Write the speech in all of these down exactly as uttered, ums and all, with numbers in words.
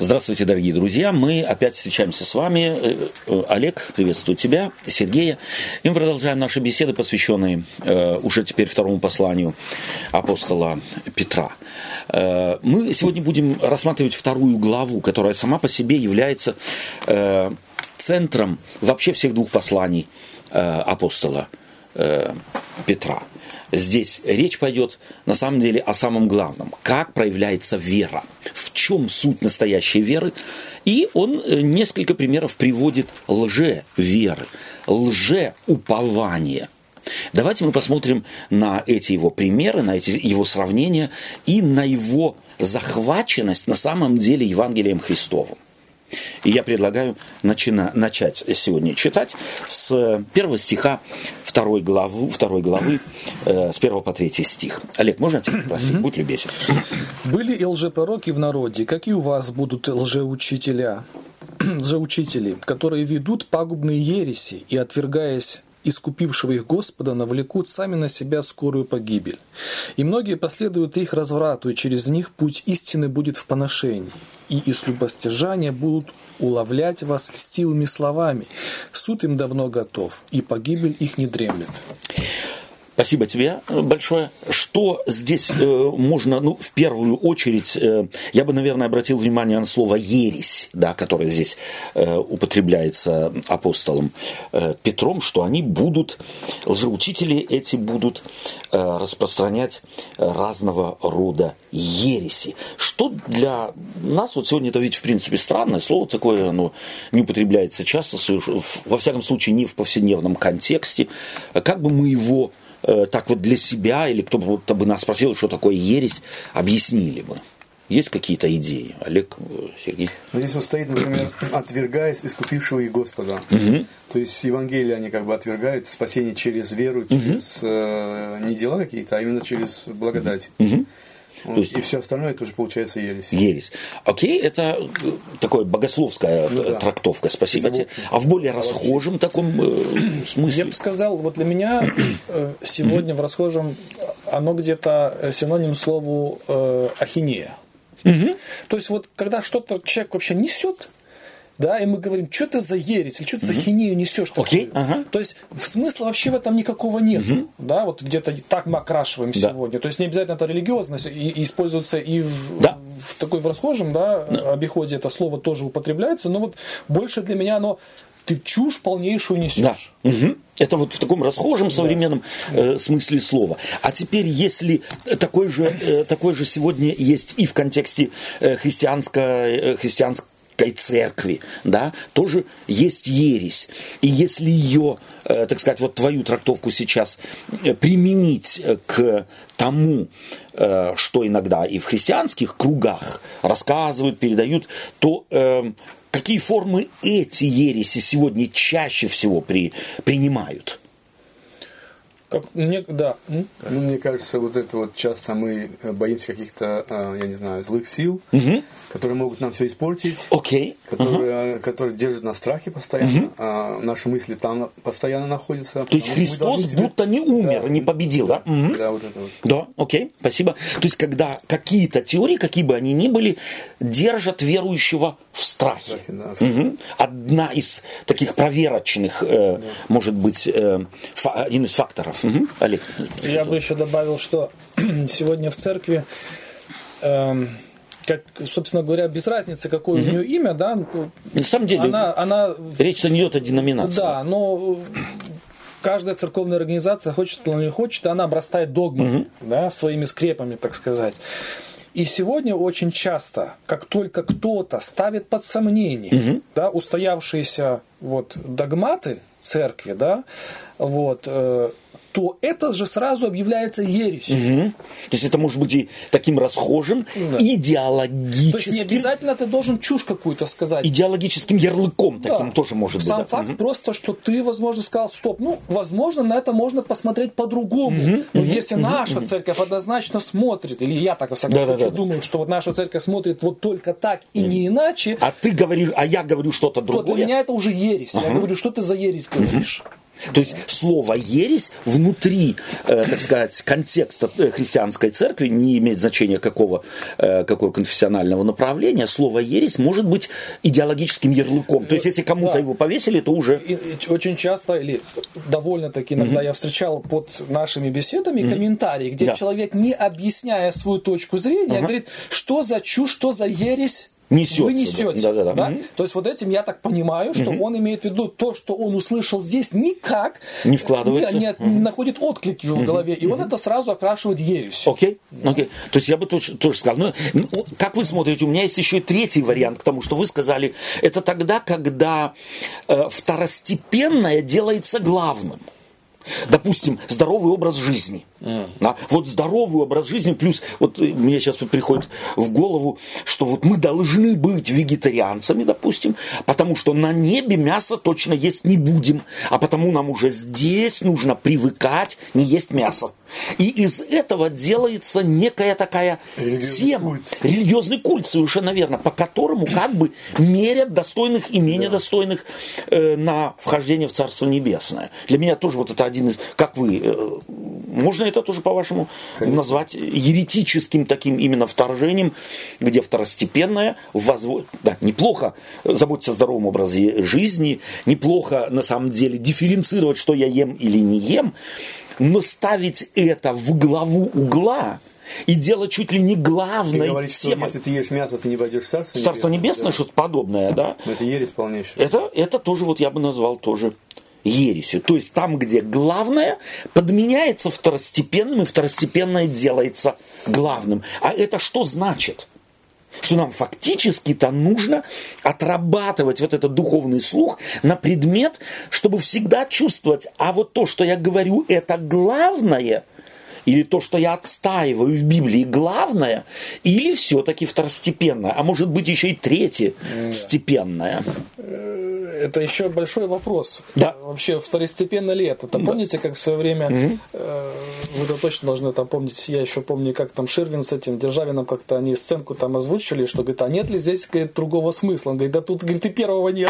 Здравствуйте, дорогие друзья. Мы опять встречаемся с вами. Олег, приветствую тебя, Сергея. И мы продолжаем наши беседы, посвященные э, уже теперь второму посланию апостола Петра. Э, мы сегодня будем рассматривать вторую главу, которая сама по себе является э, центром вообще всех двух посланий э, апостола э, Петра. Здесь речь пойдет на самом деле о самом главном. Как проявляется вера? В чем суть настоящей веры? И он несколько примеров приводит лже-веры, лже-упования. Давайте мы посмотрим на эти его примеры, на эти его сравнения и на его захваченность на самом деле Евангелием Христовым. И я предлагаю начина, начать сегодня читать с первого стиха второй главы, второй главы э, с первого по третий стих. Олег, можно тебя попросить? Будь любезен. Были и лжепророки в народе, какие у вас будут лжеучителя, лжеучители, которые ведут пагубные ереси и, отвергаясь искупившего их Господа, навлекут сами на себя скорую погибель. И многие последуют их разврату, и через них путь истины будет в поношении. И из любостяжания будут уловлять вас льстивыми словами. Суд им давно готов, и погибель их не дремлет. Спасибо тебе большое. Что здесь э, можно, ну, в первую очередь, э, я бы, наверное, обратил внимание на слово «ересь», да, которое здесь э, употребляется апостолом э, Петром, что они будут, лжеучители эти будут э, распространять разного рода ереси. Что для нас, вот сегодня это ведь, в принципе, странное слово такое, оно не употребляется часто, во всяком случае, не в повседневном контексте. Как бы мы его так вот для себя, или кто-то бы нас спросил, что такое ересь, объяснили бы. Есть какие-то идеи? Олег, Сергей? Но здесь вот стоит, например, отвергаясь искупившего их Господа. Угу. То есть Евангелие они как бы отвергают, спасение через веру, через угу. э, не дела какие-то, а именно через благодать. Угу. Вот, есть, и все остальное тоже получается ересь. Ересь. Окей, это такое богословская ну, да. трактовка, спасибо тебе. А в более расхожем таком э, смысле? Я бы сказал, вот для меня э, сегодня в расхожем оно где-то синоним слову э, ахинея. Угу. То есть вот когда что-то человек вообще несет, да, и мы говорим, что это за ересь, или что ты за хинею несешь. Okay. Ага. То есть смысла вообще в этом никакого нет. Uh-huh. Да, вот где-то так мы окрашиваем да. сегодня. То есть не обязательно это религиозность, и, и используется и в, да. в такой в расхожем да, да. обиходе это слово тоже употребляется, но вот больше для меня оно ты чушь полнейшую несешь. Да. Угу. Это вот в таком расхожем современном да. э, смысле слова. А теперь, если такой же, э, такой же сегодня есть и в контексте э, христианской, э, христианской церкви, да, тоже есть ересь. И если ее, э, так сказать, вот твою трактовку сейчас применить к тому, э, что иногда и в христианских кругах рассказывают, передают, то э, какие формы эти ереси сегодня чаще всего при, принимают? Как, мне, да. Ну, мне кажется, вот это вот часто мы боимся каких-то, я не знаю, злых сил, угу. которые могут нам все испортить, okay. которые, uh-huh. которые держат на страхе постоянно, uh-huh. а наши мысли там постоянно находятся. То есть Христос себе... будто не умер, да, не победил, да? Да, угу. да, вот это вот. Да, окей, спасибо. То есть когда какие-то теории, какие бы они ни были, держат верующего в страхе. В страхе да. угу. Одна из таких проверочных, э, да. может быть, э, фа- один из факторов. Угу. Олег. Я бы еще добавил, что сегодня в церкви, э, как, собственно говоря, без разницы, какое угу. у нее имя, да, на самом деле, она, она, речь не идет о деноминации. Да, но каждая церковная организация, хочет или не хочет, она обрастает догмами, угу. да, своими скрепами, так сказать. И сегодня очень часто, как только кто-то ставит под сомнение угу. да, устоявшиеся вот, догматы церкви, да, вот, э, то это же сразу объявляется ересью. Угу. То есть это может быть и таким расхожим, да. идеологическим. То есть не обязательно ты должен чушь какую-то сказать. Идеологическим ярлыком да. таким тоже может Сам быть. Сам да. факт угу. просто, что ты, возможно, сказал, стоп, ну, возможно, на это можно посмотреть по-другому. Угу. Но угу. если угу. наша угу. церковь однозначно смотрит, или я так, во всяком да, случае, да, да, думаю, да. что вот наша церковь смотрит вот только так и угу. не иначе. А ты говоришь, а я говорю что-то другое. То для меня это уже ересь. Угу. Я говорю, что ты за ересь говоришь. Угу. То есть слово «ересь» внутри, э, так сказать, контекста христианской церкви, не имеет значения какого, э, какого конфессионального направления, слово «ересь» может быть идеологическим ярлыком. То есть если кому-то да. его повесили, то уже... И, и очень часто, или довольно-таки иногда mm-hmm. я встречал под нашими беседами mm-hmm. комментарии, где да. человек, не объясняя свою точку зрения, uh-huh. говорит, что за чушь, что за ересь несется, вы несете. Да, да, да. Да? Угу. То есть вот этим я так понимаю, что угу. он имеет в виду то, что он услышал здесь, никак не вкладывается, не, не, угу. не находит отклики в его угу. голове, и угу. он это сразу окрашивает ересью. Окей, окей. То есть я бы тоже, тоже сказал. Но, как вы смотрите, у меня есть еще и третий вариант к тому, что вы сказали. Это тогда, когда э, второстепенное делается главным. Допустим, здоровый образ жизни. Mm. Да? Вот здоровый образ жизни, плюс вот мне сейчас вот приходит в голову, что вот мы должны быть вегетарианцами, допустим, потому что на небе мясо точно есть не будем, а потому нам уже здесь нужно привыкать не есть мясо. И из этого делается некая такая религиозный тема, культ. религиозный культ, совершенно верно, по которому как бы мерят достойных и менее да. достойных э, на вхождение в Царство Небесное. Для меня тоже вот это один из, как вы, э, можно это тоже по-вашему Конечно. назвать еретическим таким именно вторжением, где второстепенное возводит, да, неплохо заботиться о здоровом образе жизни, неплохо на самом деле дифференцировать, что я ем или не ем, но ставить это в главу угла и делать чуть ли не главной говоришь, темой. Если ты ешь мясо, ты не пойдешь в Царство Небесное. Царство Небесное, да? Что-то подобное, да? Но это ересь полнейшая. Это, это тоже вот я бы назвал тоже ересью. То есть там, где главное подменяется второстепенным, и второстепенное делается главным. А это что значит? Что нам фактически-то нужно отрабатывать вот этот духовный слух на предмет, чтобы всегда чувствовать, а вот то, что я говорю, это главное, или то, что я отстаиваю в Библии, главное, или все-таки второстепенное, а может быть еще и третьестепенное. Это еще большой вопрос. Да. Вообще, второстепенно ли это? Там, да. Помните, как в свое время, угу. э, вы это точно должны там помнить, я еще помню, как там Ширвин с этим Державиным как-то они сценку там озвучили, что говорит, а нет ли здесь, говорит, другого смысла? Он говорит, да тут, говорит, и первого нет.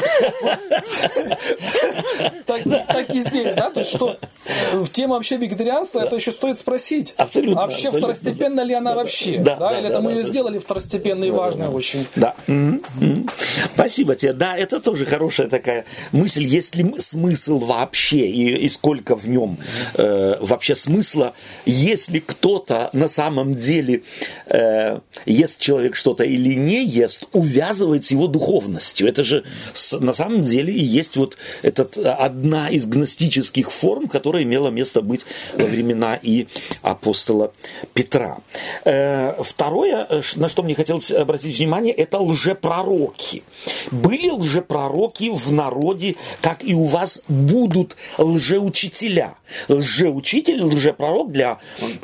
Так и здесь, да? То есть, что в тему вообще вегетарианства, это еще стоит спросить. Абсолютно. Вообще, второстепенно ли она вообще? Да, или это мы ее сделали второстепенной и важной очень? Да. Спасибо тебе. Да, это тоже хорошая такая мысль, есть ли смысл вообще и, и сколько в нем э, вообще смысла, если кто-то на самом деле э, ест человек что-то или не ест, увязывает с его духовностью. Это же с, на самом деле и есть вот этот, одна из гностических форм, которая имела место быть во времена и апостола Петра. Э, второе, на что мне хотелось обратить внимание, это лжепророки. Были лжепророки в народе, как и у вас будут лжеучителя. Лжеучитель, лжепророк для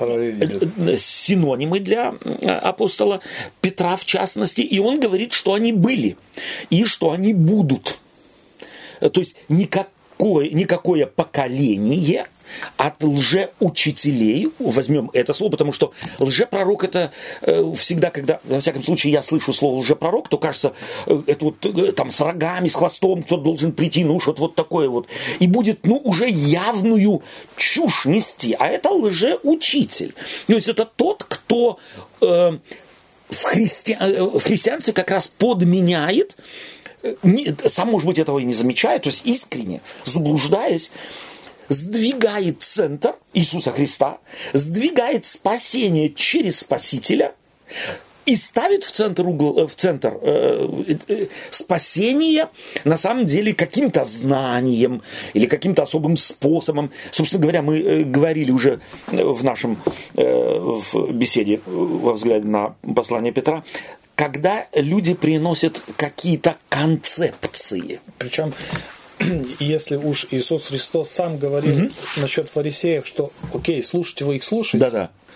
синонимы для апостола Петра в частности. И он говорит, что они были и что они будут. То есть никакое, никакое поколение от лжеучителей, возьмем это слово, потому что лжепророк это э, всегда, когда, во всяком случае, я слышу слово лжепророк, то кажется, э, это вот э, там с рогами, с хвостом кто-то должен прийти, ну что-то вот такое вот, и будет, ну, уже явную чушь нести, а это лжеучитель. То есть это тот, кто э, в, христи... в христианстве как раз подменяет, э, не, сам, может быть, этого и не замечает, то есть искренне, заблуждаясь, сдвигает центр Иисуса Христа, сдвигает спасение через Спасителя и ставит в центр, угол, в центр э, э, спасения на самом деле каким-то знанием или каким-то особым способом. Собственно говоря, мы э, говорили уже в нашем э, в беседе во взгляде на послание Петра, когда люди приносят какие-то концепции. Причем если уж Иисус Христос сам говорил угу. насчет фарисеев, что окей, слушайте вы их, слушайте. Да-да. Да.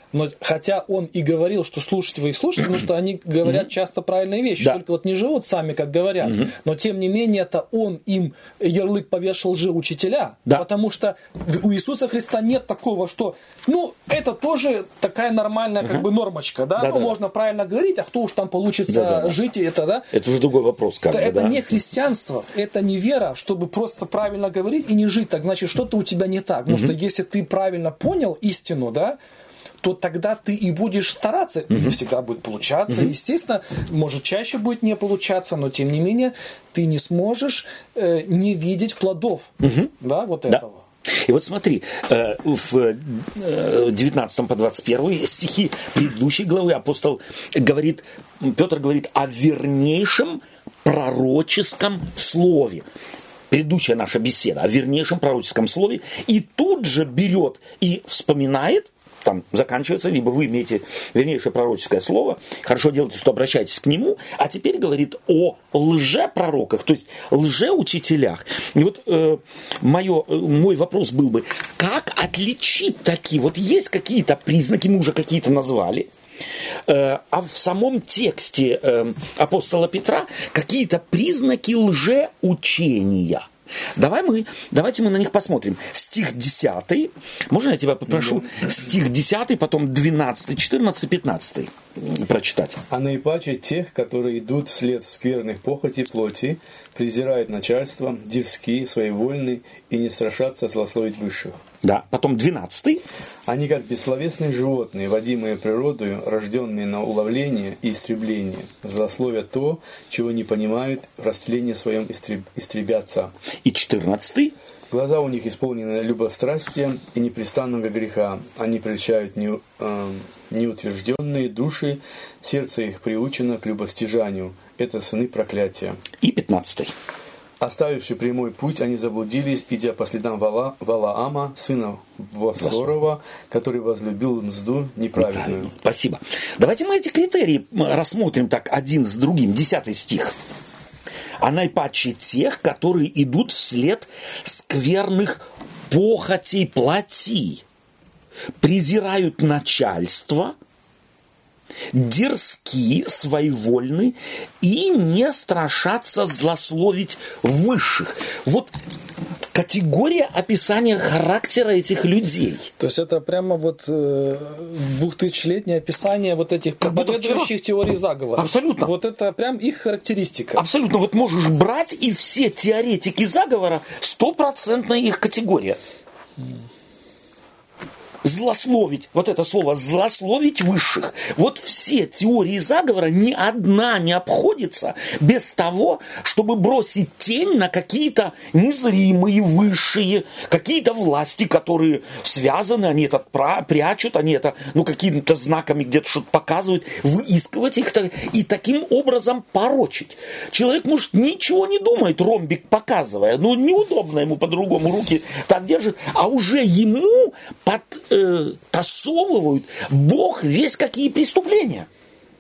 Но, хотя он и говорил, что слушайте вы их слушайте, потому что они говорят часто правильные вещи, Да. только вот не живут сами, как говорят. Но, тем не менее, это он им ярлык повешал лжеучителя. Да. Потому что у Иисуса Христа нет такого, что, ну, это тоже такая нормальная как бы нормочка, да? Да, ну, да, да. можно правильно говорить, а кто уж там получится Да, да, да. жить, и это, да? Это уже другой вопрос, как Это, бы, это да. не христианство, это не вера, чтобы просто правильно говорить и не жить. Так значит, что-то у тебя не так. Потому что если ты правильно понял истину, да, то тогда ты и будешь стараться. Не всегда будет получаться. Естественно, может, чаще будет не получаться, но тем не менее ты не сможешь э, не видеть плодов да, вот Да. этого. И вот смотри, э, в девятнадцатом по двадцать первый стихи предыдущей главы апостол говорит, Петр говорит о вернейшем пророческом слове. Предыдущая наша беседа о вернейшем пророческом слове. И тут же берет и вспоминает, там заканчивается, либо вы имеете вернейшее пророческое слово, хорошо делаете, что обращаетесь к нему, а теперь говорит о лжепророках, то есть лжеучителях. И вот э, моё, э, мой вопрос был бы, как отличить такие, вот есть какие-то признаки, мы уже какие-то назвали, э, а в самом тексте э, апостола Петра какие-то признаки лжеучения. Давай мы, давайте мы на них посмотрим. Стих десятый. Можно я тебя попрошу? Стих десятый, потом двенадцатый, четырнадцатый, пятнадцатый прочитать. А наипаче тех, которые идут вслед скверных похоти плоти, презирают начальство, дерзки, своевольны и не страшатся злословить высших. Да, потом двенадцатый. Они, как бессловесные животные, водимые природою, рожденные на уловление и истребление, злословят то, чего не понимают, в растлении своем истреб... истребятся. И четырнадцатый. Глаза у них исполнены любострастием и непрестанного греха. Они прельщают не, э, неутвержденные души, сердце их приучено к любостяжанию. Это сыны проклятия. И пятнадцатый. Оставивши прямой путь, они заблудились, идя по следам Вала, Валаама, сына Восорова, который возлюбил мзду неправедную. Правильно. Спасибо. Давайте мы эти критерии рассмотрим так один с другим. Десятый стих. А наипаче тех, которые идут вслед скверных похотей плоти, презирают начальство, дерзки, своевольны и не страшатся злословить высших. Вот категория описания характера этих людей. То есть это прямо вот э, двухтысячелетнее описание вот этих Как будто проповедующих теорий заговора. Абсолютно. Вот это прям их характеристика. Абсолютно. Вот можешь брать, и все теоретики заговора стопроцентная их категория. Злословить, вот это слово злословить высших. Вот все теории заговора, ни одна не обходится без того, чтобы бросить тень на какие-то незримые высшие, какие-то власти, которые связаны, они это прячут, они это, ну, какими-то знаками где-то что-то показывают, выискивать их и таким образом порочить. Человек, может, ничего не думает, ромбик показывая, ну, неудобно ему по-другому руки так держит, а уже ему под тасовывают Бог весь какие преступления.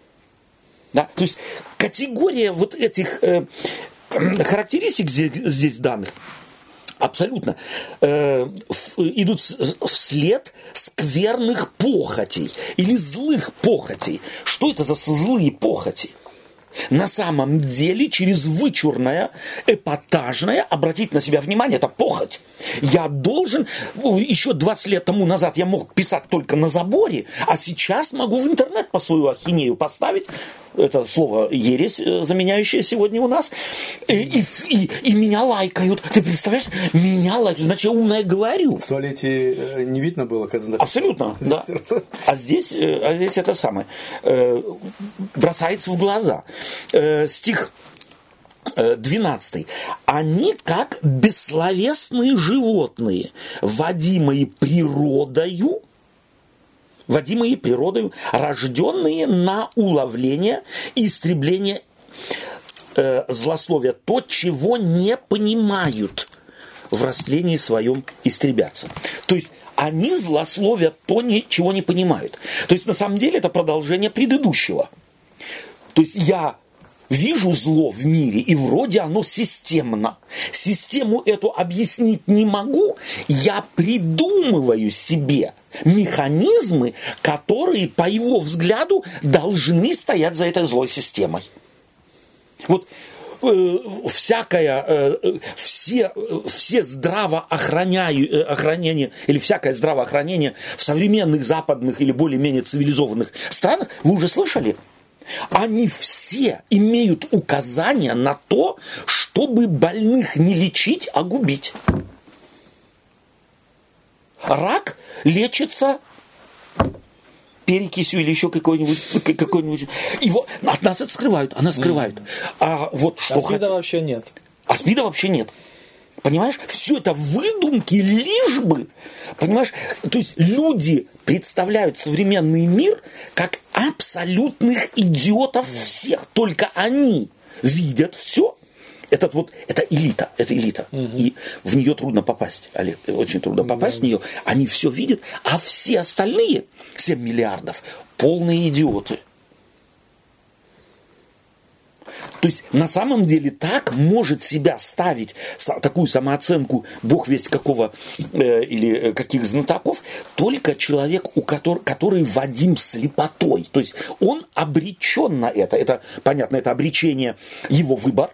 Да? То есть категория вот этих э, характеристик здесь, здесь данных абсолютно э, в, идут вслед скверных похотей или злых похотей. Что это за злые похоти? На самом деле, через вычурное, эпатажное, обратить на себя внимание, это похоть. Я должен, еще двадцать лет тому назад я мог писать только на заборе, а сейчас могу в интернет по свою ахинею поставить, это слово ересь, заменяющее сегодня у нас, и, и, и, и меня лайкают. Ты представляешь, меня лайкают, значит, я умное говорю. В туалете не видно было, когда... Абсолютно, да. А здесь, а здесь это самое, бросается в глаза. Стих двенадцатый. Они, как бессловесные животные, водимые природою, водимые природою, рожденные на уловление и истребление э, злословия, то, чего не понимают, в растлении своем истребятся. То есть они злословят то, чего не понимают. То есть на самом деле это продолжение предыдущего. То есть я вижу зло в мире, и вроде оно системно. Систему эту объяснить не могу, я придумываю себе механизмы, которые, по его взгляду, должны стоять за этой злой системой. Вот э, всякое, э, все, все здравоохранение или всякое здравоохранение в современных западных или более-менее цивилизованных странах, вы уже слышали? Они все имеют указания на то, чтобы больных не лечить, а губить. Рак лечится перекисью или еще какой-нибудь, какой-нибудь. Его от нас это скрывают, а нас скрывают. Mm. А вот что. А СПИДа хот... вообще нет. А СПИДа вообще нет. Понимаешь? Все это выдумки, лишь бы. Понимаешь? То есть люди представляют современный мир как абсолютных идиотов всех. Только они видят все. Этот вот, это элита, это элита. Угу. И в нее трудно попасть, Олег, очень трудно попасть да. в нее. Они все видят, а все остальные, семь миллиардов, полные идиоты. То есть на самом деле так может себя ставить такую самооценку бог весть какого э, или каких знатоков только человек, у которого, который водим слепотой. То есть он обречен на это. Это понятно, это обречение, его выбор.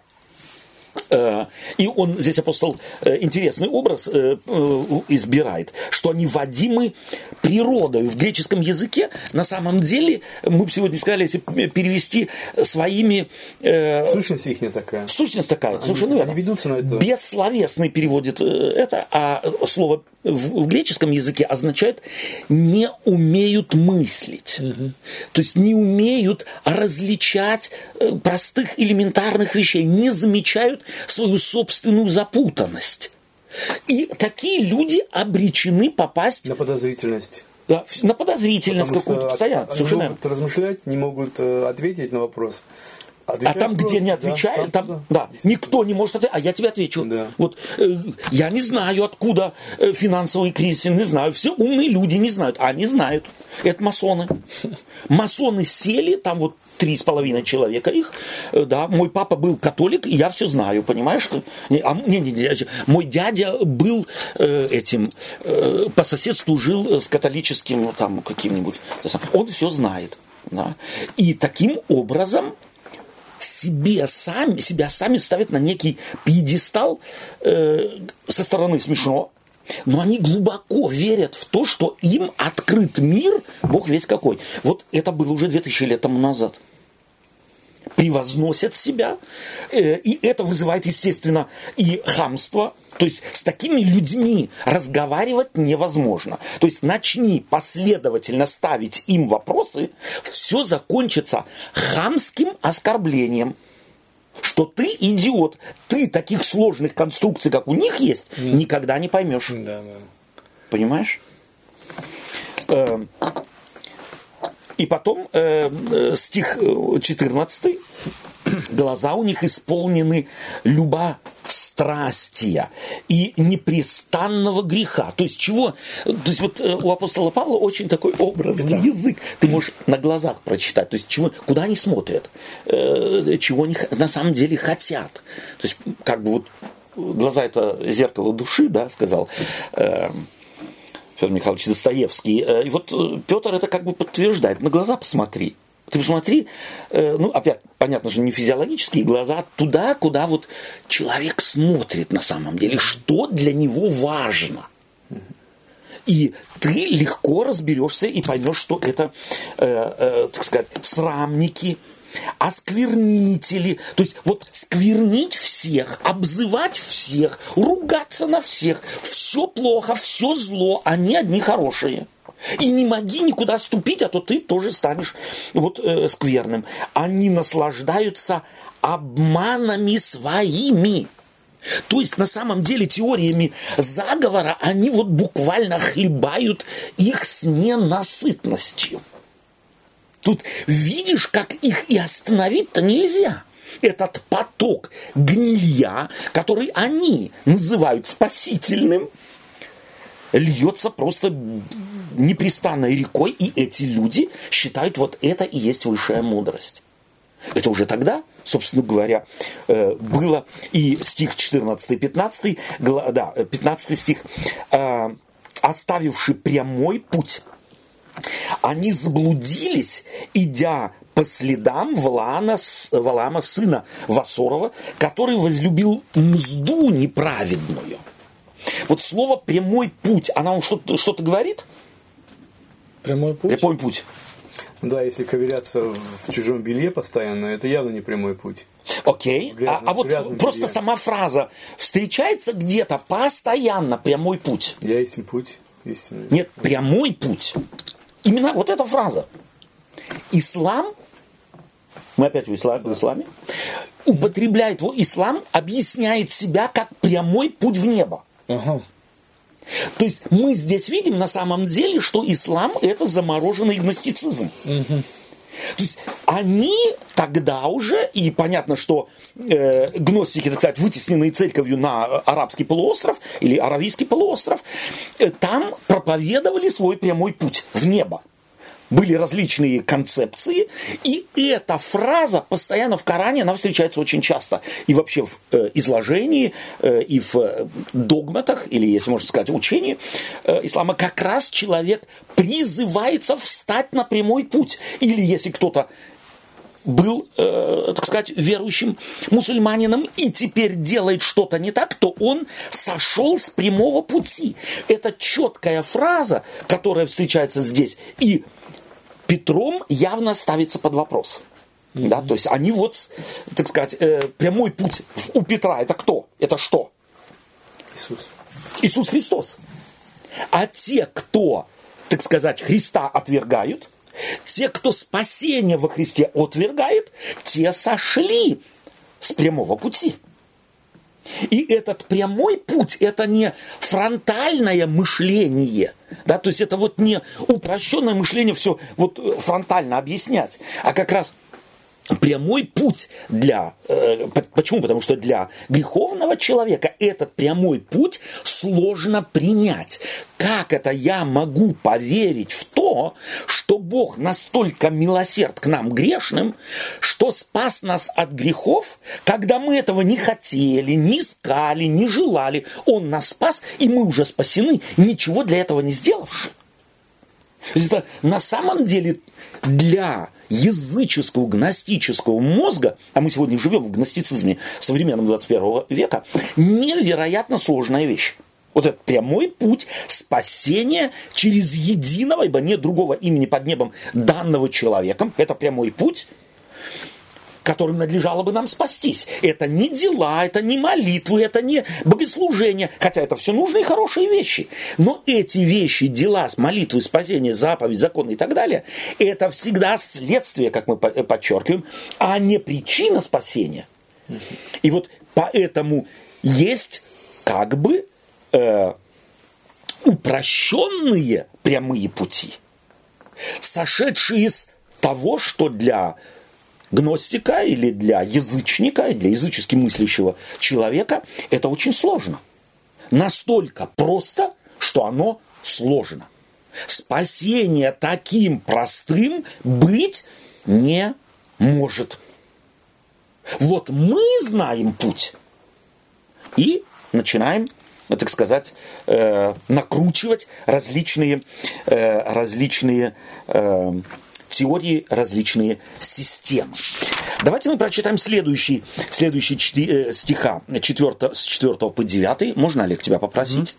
И он, здесь апостол интересный образ избирает, что они водимы природой. В греческом языке на самом деле, мы бы сегодня сказали, если перевести своими... Сущность их не такая. Сущность такая, они, совершенно верно. Они ведутся на это. Бессловесный переводит это, а слово в, в греческом языке означает «не умеют мыслить». Угу. То есть не умеют различать простых элементарных вещей, не замечают свою собственную запутанность. И такие люди обречены попасть... На подозрительность. Да, на подозрительность какую-то постоянно. Они совершенно могут размышлять, не могут ответить на вопрос. Отвечай а там, вопрос, где не отвечают, да, там, там, да, никто не может ответить, а я тебе отвечу. Да. Вот, э, я не знаю, откуда э, финансовый кризис, не знаю. Все умные люди не знают, а они знают. Это масоны. Масоны сели, там вот три с половиной человека их, э, да, мой папа был католик, и я все знаю, понимаешь, что... Не, а, не, не, не, мой дядя был э, этим, э, по соседству жил с католическим, там, каким-нибудь, он все знает, да. И таким образом... Себе сами, себя сами ставят на некий пьедестал, э, со стороны смешно, но они глубоко верят в то, что им открыт мир, бог весть какой. Вот это было уже две тысячи лет тому назад. Превозносят себя, э, и это вызывает, естественно, и хамство. То есть с такими людьми разговаривать невозможно. То есть начни последовательно ставить им вопросы, все закончится хамским оскорблением. Что ты идиот, ты таких сложных конструкций, как у них есть, mm. никогда не поймешь. Да, да. Понимаешь? Э, и потом э, стих четырнадцатый. Глаза у них исполнены любострастия и непрестанного греха. То есть чего? То есть вот у апостола Павла очень такой образный да. язык. Ты можешь на глазах прочитать. То есть чего, куда они смотрят, чего они на самом деле хотят. То есть как бы вот глаза это зеркало души, да, сказал Федор Михайлович Достоевский. И вот Петр это как бы подтверждает. На глаза посмотри. Ты посмотри, э, ну, опять, понятно же, не физиологические глаза, а туда, куда вот человек смотрит на самом деле, что для него важно. И ты легко разберешься и поймешь, что это, э, э, так сказать, срамники, осквернители. То есть вот сквернить всех, обзывать всех, ругаться на всех. Все плохо, все зло, они одни хорошие. И не моги никуда ступить, а то ты тоже станешь вот, э, скверным. Они наслаждаются обманами своими. То есть на самом деле теориями заговора они вот буквально хлебают их с ненасытностью. Тут видишь, как их и остановить-то нельзя. Этот поток гнилья, который они называют спасительным, льется просто непрестанной рекой, и эти люди считают, вот это и есть высшая мудрость. Это уже тогда, собственно говоря, было. И стих четырнадцатый, пятнадцатый, да, пятнадцатый стих. оставивши прямой путь. Они заблудились, идя по следам Валаама, Валаама сына Васорова, который возлюбил мзду неправедную. Вот слово «прямой путь», она вам что-то, что-то говорит? Прямой путь? Прямой путь. Да, если ковыряться в чужом белье постоянно, это явно не прямой путь. Окей. Грязным, а, а вот просто белье. Сама фраза встречается где-то постоянно прямой путь. Я истинный путь. Истинный. Нет, прямой путь. Именно вот эта фраза. Ислам, мы опять в исламе, в исламе употребляет его, ислам объясняет себя как прямой путь в небо. Ага. То есть мы здесь видим на самом деле, что ислам это замороженный гностицизм. Угу. То есть они тогда уже, и понятно, что э, гностики, так сказать, вытесненные церковью на арабский полуостров или аравийский полуостров, э, там проповедовали свой прямой путь в небо. Были различные концепции, и эта фраза постоянно в Коране, она встречается очень часто. И вообще в э, изложении, э, и в э, догматах, или, если можно сказать, учении э, ислама, как раз человек призывается встать на прямой путь. Или если кто-то был, э, так сказать, верующим мусульманином и теперь делает что-то не так, то он сошел с прямого пути. Это четкая фраза, которая встречается здесь, и Петром явно ставится под вопрос. Mm-hmm. Да? То есть они вот, так сказать, э, прямой путь у Петра. Это кто? Это что? Иисус. Иисус Христос. А те, кто, так сказать, Христа отвергают, те, кто спасение во Христе отвергает, те сошли с прямого пути. И этот прямой путь, это не фронтальное мышление, да, то есть это вот не упрощенное мышление, все вот фронтально объяснять, а как раз прямой путь для... Э, почему? Потому что для греховного человека этот прямой путь сложно принять. Как это я могу поверить в то, что Бог настолько милосерд к нам грешным, что спас нас от грехов, когда мы этого не хотели, не искали, не желали. Он нас спас, и мы уже спасены, ничего для этого не сделавши. Это на самом деле для языческого, гностического мозга, а мы сегодня живем в гностицизме современного двадцать первого века, невероятно сложная вещь. Вот этот прямой путь спасения через единого, ибо нет другого имени под небом данного человеком. Это прямой путь, которым надлежало бы нам спастись. Это не дела, это не молитвы, это не богослужение, хотя это все нужные и хорошие вещи. Но эти вещи, дела, молитвы, спасение, заповедь, законы и так далее, это всегда следствие, как мы подчеркиваем, а не причина спасения. И вот поэтому есть как бы э, упрощенные прямые пути, сошедшие из того, что для гностика или для язычника, для язычески мыслящего человека это очень сложно. Настолько просто, что оно сложно. Спасение таким простым быть не может. Вот мы знаем путь и начинаем, так сказать, э, накручивать различные, э, различные э, теории, различные системы. Давайте мы прочитаем следующий, следующий четыре, э, стиха четвёртого, с четвёртого по девятый. Можно, Олег, тебя попросить?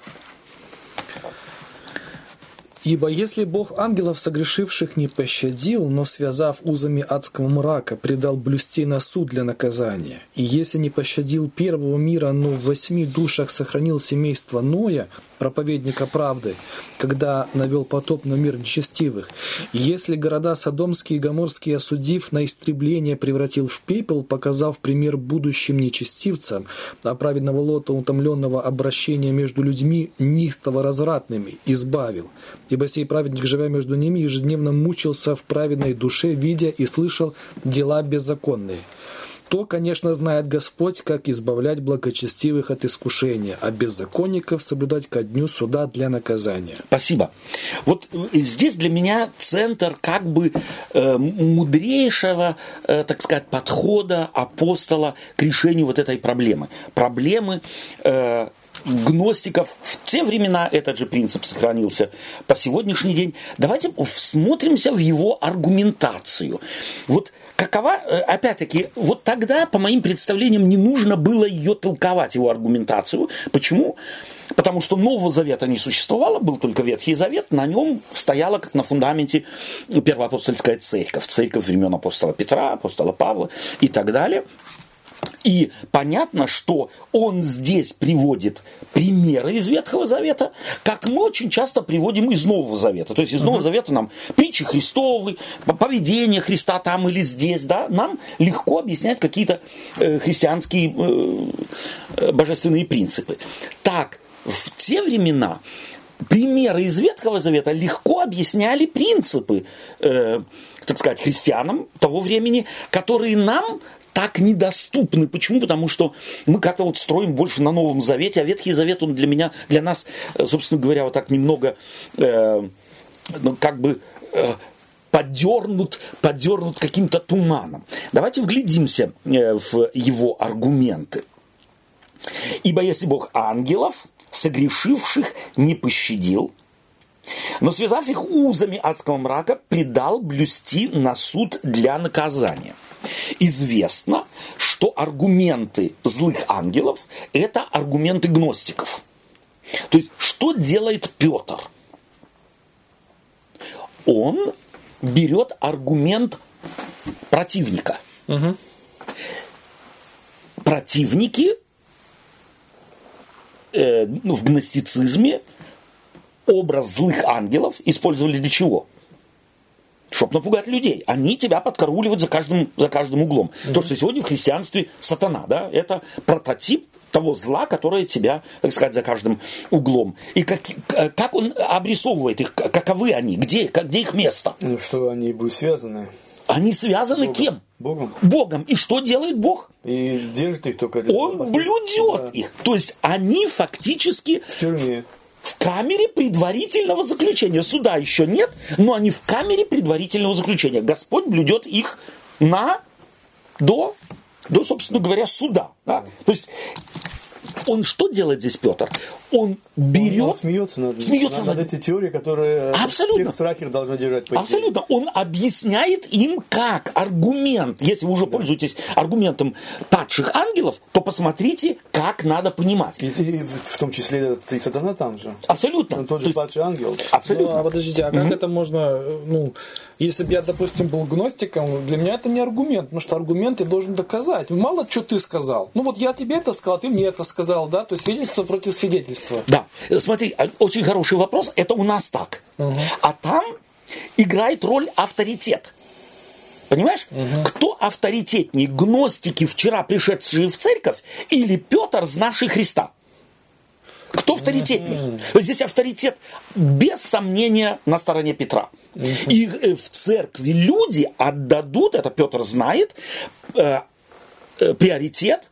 «Ибо если Бог ангелов согрешивших не пощадил, но, связав узами адского мрака, предал блюсти на суд для наказания, и если не пощадил первого мира, но в восьми душах сохранил семейство Ноя, проповедника правды, когда навел потоп на мир нечестивых, если города Содомские и Гоморские, осудив на истребление, превратил в пепел, показав пример будущим нечестивцам, а праведного Лота, утомленного обращения между людьми, неистово развратными, избавил. Ибо сей праведник, живя между ними, ежедневно мучился в праведной душе, видя и слышал дела беззаконные. То, конечно, знает Господь, как избавлять благочестивых от искушения, а беззаконников соблюдать ко дню суда для наказания». Спасибо. Вот здесь для меня центр как бы э, мудрейшего, э, так сказать, подхода апостола к решению вот этой проблемы. Проблемы э, гностиков в те времена этот же принцип сохранился по сегодняшний день. Давайте всмотримся в его аргументацию. Вот какова, опять-таки, вот тогда, по моим представлениям, не нужно было ее толковать, его аргументацию. Почему? Потому что Нового Завета не существовало, был только Ветхий Завет, на нем стояла, как на фундаменте, первоапостольская церковь, церковь времен апостола Петра, апостола Павла и так далее. И понятно, что он здесь приводит примеры из Ветхого Завета, как мы очень часто приводим из Нового Завета. То есть из Нового uh-huh. Завета нам притчи Христовы, поведение Христа там или здесь, да, нам легко объяснять какие-то э, христианские э, божественные принципы. Так, в те времена примеры из Ветхого Завета легко объясняли принципы, э, так сказать, христианам того времени, которые нам так недоступны. Почему? Потому что мы как-то вот строим больше на Новом Завете, а Ветхий Завет, он для меня, для нас, собственно говоря, вот так немного, э, ну, как бы э, подернут, подернут каким-то туманом. Давайте вглядимся э, в его аргументы. «Ибо если Бог ангелов, согрешивших, не пощадил, но, связав их узами адского мрака, предал блюсти на суд для наказания». Известно, что аргументы злых ангелов – это аргументы гностиков. То есть, что делает Петр? Он берет аргумент противника. Угу. Противники э, в гностицизме образ злых ангелов использовали для чего? Чтобы напугать людей. Они тебя подкарауливают за каждым, за каждым углом. Mm-hmm. То, что сегодня в христианстве сатана, да, это прототип того зла, которое тебя, так сказать, за каждым углом. И как, как он обрисовывает их, каковы они, где, где их место? Ну, что они будут связаны. Они связаны Богом. Кем? Богом. Богом. И что делает Бог? И держит их только... Он блюдет да. их. То есть они фактически... В тюрьме. В камере предварительного заключения. Суда еще нет, но они в камере предварительного заключения. Господь блюдет их на, до, до, собственно говоря, суда. Да? То есть он что делает здесь, Петр? Он берет... Он смеется над, смеется над, над эти теории, которые абсолютно. Всех страхер должны держать. По Абсолютно. Он объясняет им как аргумент. Если вы уже да. пользуетесь аргументом падших ангелов, то посмотрите, как надо понимать. И ты, в том числе и сатана там же. Абсолютно. Он тот же то есть, падший ангел. Абсолютно. Ну, а подождите, а как mm-hmm. это можно... Ну, если бы я, допустим, был гностиком, для меня это не аргумент, потому что аргумент я должен доказать. Мало что ты сказал. Ну вот я тебе это сказал, ты мне это сказал, да? То есть свидетельство против свидетельства. Да. Смотри, очень хороший вопрос. Это у нас так. Угу. А там играет роль авторитет. Понимаешь? Угу. Кто авторитетнее? Гностики, вчера пришедшие в церковь, или Петр, знавший Христа? Кто авторитетней? Mm-hmm. Здесь авторитет без сомнения на стороне Петра. Mm-hmm. И э, в церкви люди отдадут, это Петр знает, э, э, приоритет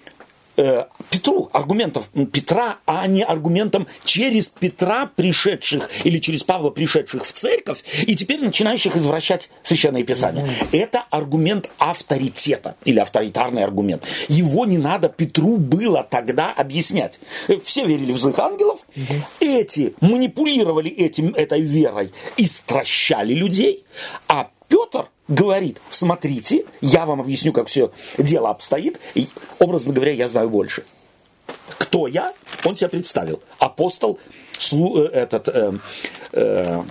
э, Петру, аргументов Петра, а не аргументом через Петра пришедших или через Павла пришедших в церковь и теперь начинающих извращать Священное Писание. Mm-hmm. Это аргумент авторитета или авторитарный аргумент. Его не надо Петру было тогда объяснять. Все верили в злых ангелов, mm-hmm. эти манипулировали этим, этой верой и стращали людей, а Петр говорит: смотрите, я вам объясню, как все дело обстоит, и, образно говоря, я знаю больше. Кто я? Он себя представил. Апостол, слу, этот, э, э,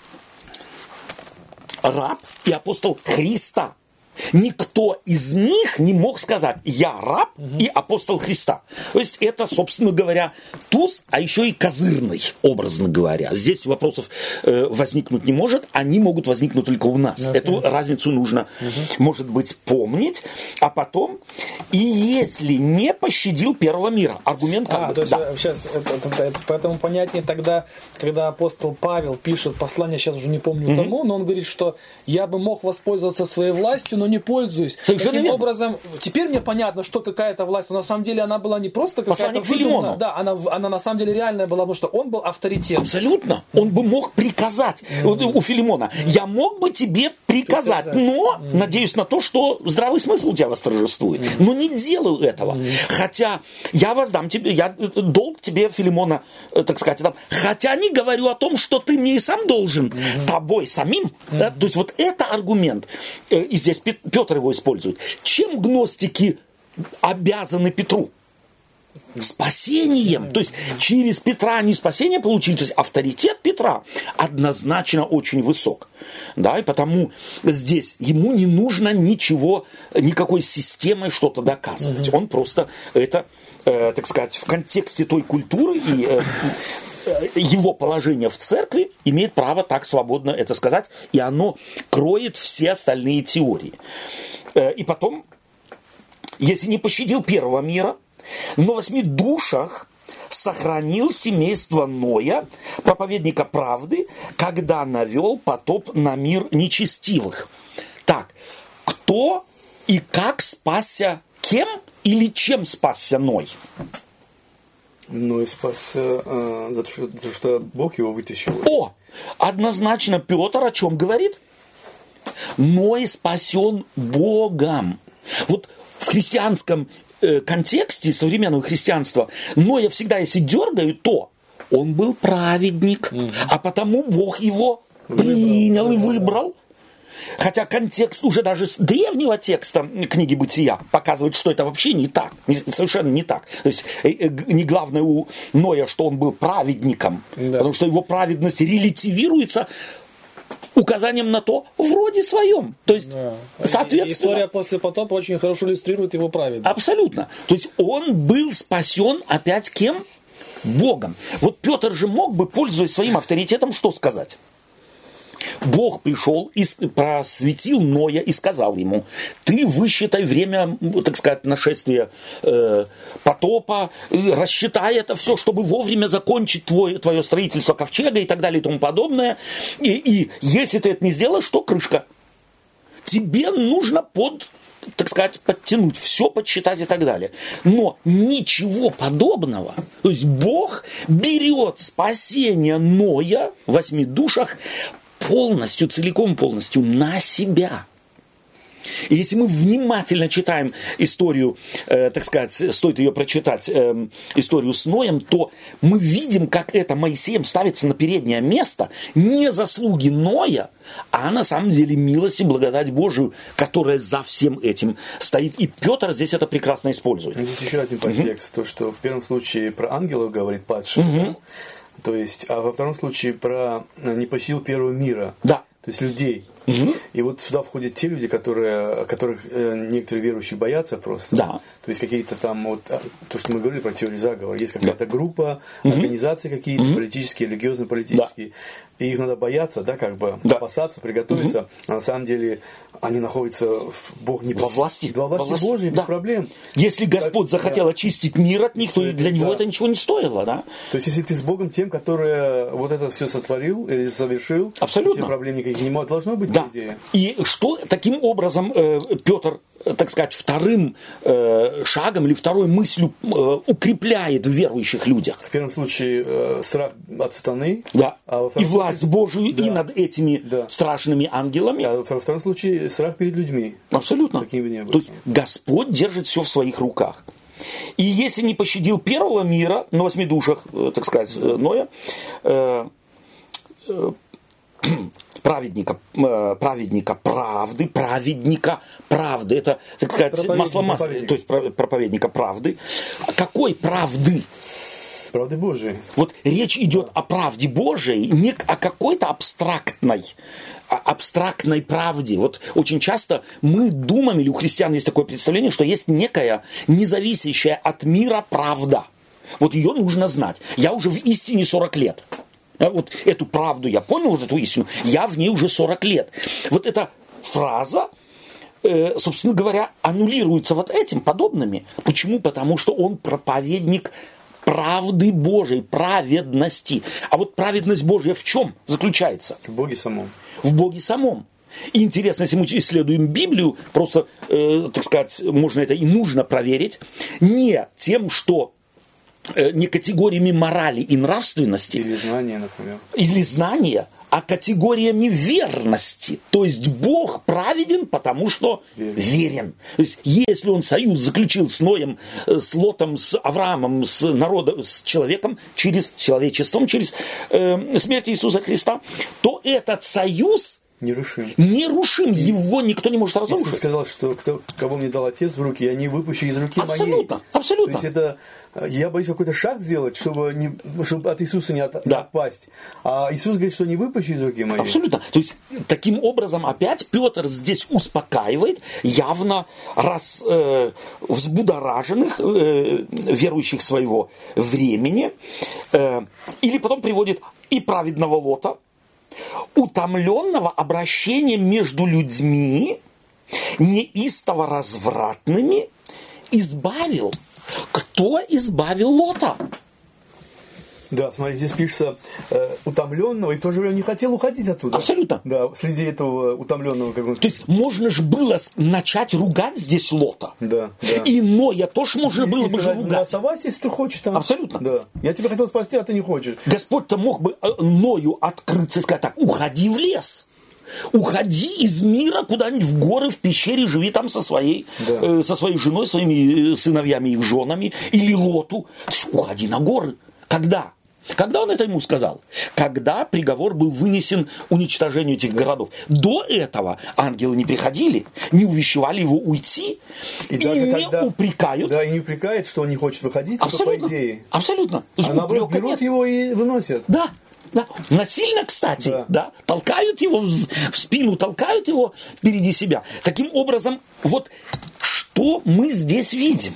раб и апостол Христа. Никто из них не мог сказать: я раб угу. и апостол Христа. То есть это, собственно говоря, туз, а еще и козырный, образно говоря. Здесь вопросов э, возникнуть не может, они могут возникнуть только у нас. Okay. Эту разницу нужно, угу. может быть, помнить. А потом, и если не пощадил первого мира. Аргумент как а, бы, то есть, да. сейчас, это, это, это, поэтому понятнее тогда, когда апостол Павел пишет послание, сейчас уже не помню угу. тому, но он говорит, что я бы мог воспользоваться своей властью, но не пользуюсь. Совершенно Таким верно. образом, теперь мне понятно, что какая-то власть, но на самом деле она была не просто какая-то Посланник Филимону. Да, она, она на самом деле реальная была, потому что он был авторитет. Абсолютно. Он бы мог приказать mm-hmm. у Филимона. Я мог бы тебе приказать, приказать. но mm-hmm. надеюсь на то, что здравый смысл у тебя восторжествует. Mm-hmm. Но не делаю этого. Mm-hmm. Хотя я воздам тебе, я долг тебе, Филимона, так сказать, там, хотя не говорю о том, что ты мне и сам должен, mm-hmm. тобой самим. Mm-hmm. Да? То есть вот это аргумент. И здесь Петр его использует. Чем гностики обязаны Петру? Спасением. То есть через Петра они спасение получили. То есть авторитет Петра однозначно очень высок. Да, и потому здесь ему не нужно ничего, никакой системой что-то доказывать. Mm-hmm. Он просто это, э, так сказать, в контексте той культуры и э, его положения в церкви имеет право так свободно это сказать. И оно кроет все остальные теории. Э, и потом, если не пощадил первого мира, но в восьми душах сохранил семейство Ноя, проповедника правды, когда навел потоп на мир нечестивых. Так, кто и как спасся, кем или чем спасся Ной? Ной спасся э, за, то, что, за то, что Бог его вытащил. О, однозначно Петр о чем говорит? Ной спасен Богом. Вот в христианском контексте современного христианства Ноя всегда, если дергают, то он был праведник, угу. а потому Бог его принял выбрал, и выбрал. Хотя контекст уже даже с древнего текста книги Бытия показывает, что это вообще не так, совершенно не так. То есть не главное у Ноя, что он был праведником, да. потому что его праведность релятивируется указанием на то вроде своем. То есть, да. соответственно... История после потопа очень хорошо иллюстрирует его праведность. Абсолютно. То есть он был спасен опять кем? Богом. Вот Петр же мог бы, пользуясь своим авторитетом, что сказать? Бог пришел и просветил Ноя и сказал ему: ты высчитай время, так сказать, нашествия э, потопа, рассчитай это все, чтобы вовремя закончить твой, твое строительство ковчега и так далее и тому подобное. И, и если ты это не сделаешь, то крышка. Тебе нужно под, так сказать, подтянуть, все подсчитать и так далее. Но ничего подобного. То есть Бог берет спасение Ноя в восьми душах полностью, целиком полностью на себя. И если мы внимательно читаем историю, э, так сказать, стоит ее прочитать, э, историю с Ноем, то мы видим, как это Моисеем ставится на переднее место не заслуги Ноя, а на самом деле милость и благодать Божию, которая за всем этим стоит. И Петр здесь это прекрасно использует. Здесь еще один подтекст, угу. то, что в первом случае про ангелов говорит падших, угу. да? То есть, а во втором случае про не посил первого мира. Да. То есть людей. Угу. И вот сюда входят те люди, которые, которых э, некоторые верующие боятся просто. Да. То есть какие-то там, вот, то, что мы говорили про теорию заговора, есть какая-то да. группа, угу. организации какие-то, угу. политические, религиозно-политические. Да. И их надо бояться, да, как бы да. опасаться, приготовиться. Угу. А на самом деле они находятся в Бог не во власти, во власти, во власти Божьей, да. без проблем. Если Господь так, захотел да. очистить мир от них, то для да. него это ничего не стоило, да? То есть если ты с Богом тем, который вот это все сотворил или совершил, абсолютно. Проблем никаких не должно быть, да. по идее. И что таким образом э, Петр, так сказать, вторым э, шагом или второй мыслью э, укрепляет в верующих людях? В первом случае э, страх от сатаны. Да. А и власть случае... Божию, да. и над этими да. страшными ангелами. А во втором случае страх перед людьми. Абсолютно. Каким бы ни было. То есть Господь держит все в своих руках. И если не пощадил первого мира на восьми душах, э, так сказать, э, Ноя, э, э, праведника, э, праведника правды, праведника правды, это, так сказать, масло масла, то есть проповедника правды. Какой правды? Правды Божией. Вот речь идет да. о правде Божией, не о какой-то абстрактной, абстрактной правде. Вот очень часто мы думаем, или у христиан есть такое представление, что есть некая независящая от мира правда. Вот ее нужно знать. Я уже в истине сорок лет. Вот эту правду я понял, вот эту истину, я в ней уже сорок лет. Вот эта фраза, э, собственно говоря, аннулируется вот этим подобными. Почему? Потому что он проповедник правды Божией, праведности. А вот праведность Божья в чем заключается? В Боге самом. В Боге самом. И интересно, если мы исследуем Библию, просто, э, так сказать, можно это и нужно проверить, не тем, что э, не категориями морали и нравственности. Или знания, например. Или знания, а категориями верности. То есть Бог праведен, потому что верен. верен. То есть если он союз заключил с Ноем, с Лотом, с Авраамом, с народом, с человеком, через человечеством, через э, смерть Иисуса Христа, то этот союз нерушим. Нерушим. Его никто не может разрушить. Иисус сказал, что кто, кого мне дал Отец в руки, я не выпущу из руки абсолютно, моей. Абсолютно. То есть это я боюсь какой-то шаг сделать, чтобы, не, чтобы от Иисуса не, от, да. не отпасть. А Иисус говорит, что не выпущу из руки моей. Абсолютно. То есть таким образом опять Петр здесь успокаивает явно раз э, взбудораженных э, верующих своего времени. Э, или потом приводит и праведного Лота, утомленного обращением между людьми, неистово развратными, избавил. Кто избавил Лота? Да, смотри, здесь пишется э, утомленного, и в то же время не хотел уходить оттуда. Абсолютно. Да, среди этого утомленного. Как он... То есть можно же было начать ругать здесь Лота. Да, да. И Ноя тоже можно и, было и бы сказать, же ругать. Ну, оставайся, если ты хочешь там. Абсолютно. Да. Я тебя хотел спасти, а ты не хочешь. Господь-то мог бы Ною открыться и сказать так: уходи в лес. Уходи из мира куда-нибудь в горы, в пещере, живи там со своей, да. э, со своей женой, своими сыновьями, их женами. Или Лоту. То есть уходи на горы. Когда? Когда он это ему сказал? Когда приговор был вынесен уничтожению этих городов. До этого ангелы не приходили, не увещевали его уйти, и, и не когда, упрекают. Да, и не упрекают, что он не хочет выходить, абсолютно, по идее. Абсолютно. А наоборот, берут нет. его и выносят. Да. Да. Насильно, кстати, да. Да, толкают его в, в спину, толкают его впереди себя. Таким образом, вот что мы здесь видим?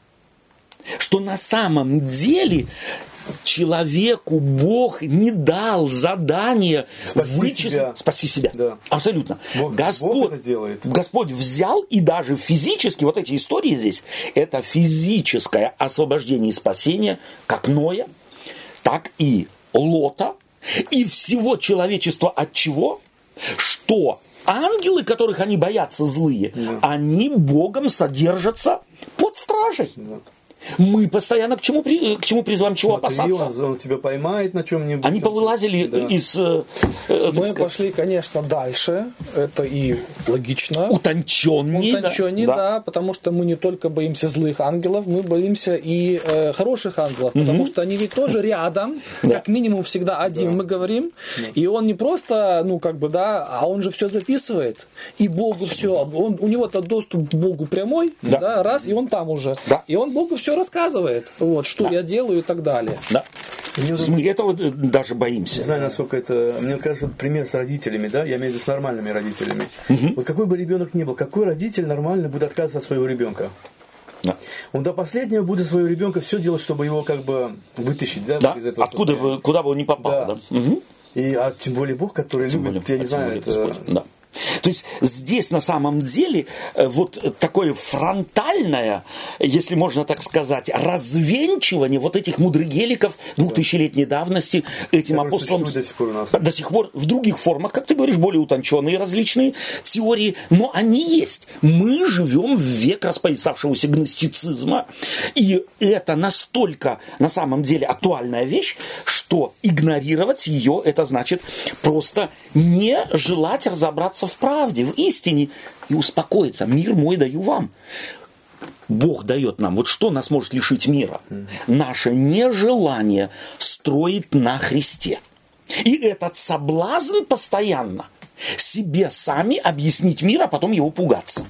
Что на самом деле человеку Бог не дал задание вычислить, спаси себя. Да. Абсолютно. Бог, Господь, Бог это делает. Господь взял и даже физически, вот эти истории здесь, это физическое освобождение и спасение как Ноя, так и Лота, и всего человечества от чего? Что ангелы, которых они боятся злые, да. они Богом содержатся под стражей. Да. Мы постоянно к чему, к чему призываем, чего Смотри, опасаться. Он, он тебя поймает на чем-нибудь. Они повылазили да. из... Э, Мы сказать, пошли, конечно, дальше. Это и логично. Утонченнее. Утонченнее, да. да, потому что мы не только боимся злых ангелов, мы боимся и э, хороших ангелов, угу. потому что они ведь тоже рядом, да. как минимум всегда один, да. мы говорим. Да. И он не просто, ну, как бы, да, а он же все записывает. И Богу все, он, у него-то доступ к Богу прямой, да. Да, раз, и он там уже. Да. И он Богу все рассказывает, вот, что да. я делаю и так далее. Да. Мы этого даже боимся. Не знаю, насколько это... Мне кажется, пример с родителями, да? Я имею в виду с нормальными родителями. Угу. Вот какой бы ребенок ни был, какой родитель нормально будет отказываться от своего ребенка? Да. Он до последнего будет своего ребенка все делать, чтобы его как бы вытащить, да? Да. Из этого откуда бы, куда бы он ни попал, да. да. Угу. И, а тем более Бог, который тем любит, более, я не знаю, это... Да. То есть здесь на самом деле вот такое фронтальное, если можно так сказать, развенчивание вот этих мудрыгеликов двухтысячелетней давности этим которые апостолом до сих пор у нас. До сих пор в других формах, как ты говоришь, более утонченные различные теории, но они есть. Мы живем в век распоясавшегося гностицизма, и это настолько на самом деле актуальная вещь, что игнорировать ее, это значит просто не желать разобраться в правде, в истине и успокоиться. Мир мой даю вам. Бог дает нам. Вот что нас может лишить мира? Mm-hmm. Наше нежелание строить на Христе. И этот соблазн постоянно себе сами объяснить мир, а потом его пугаться.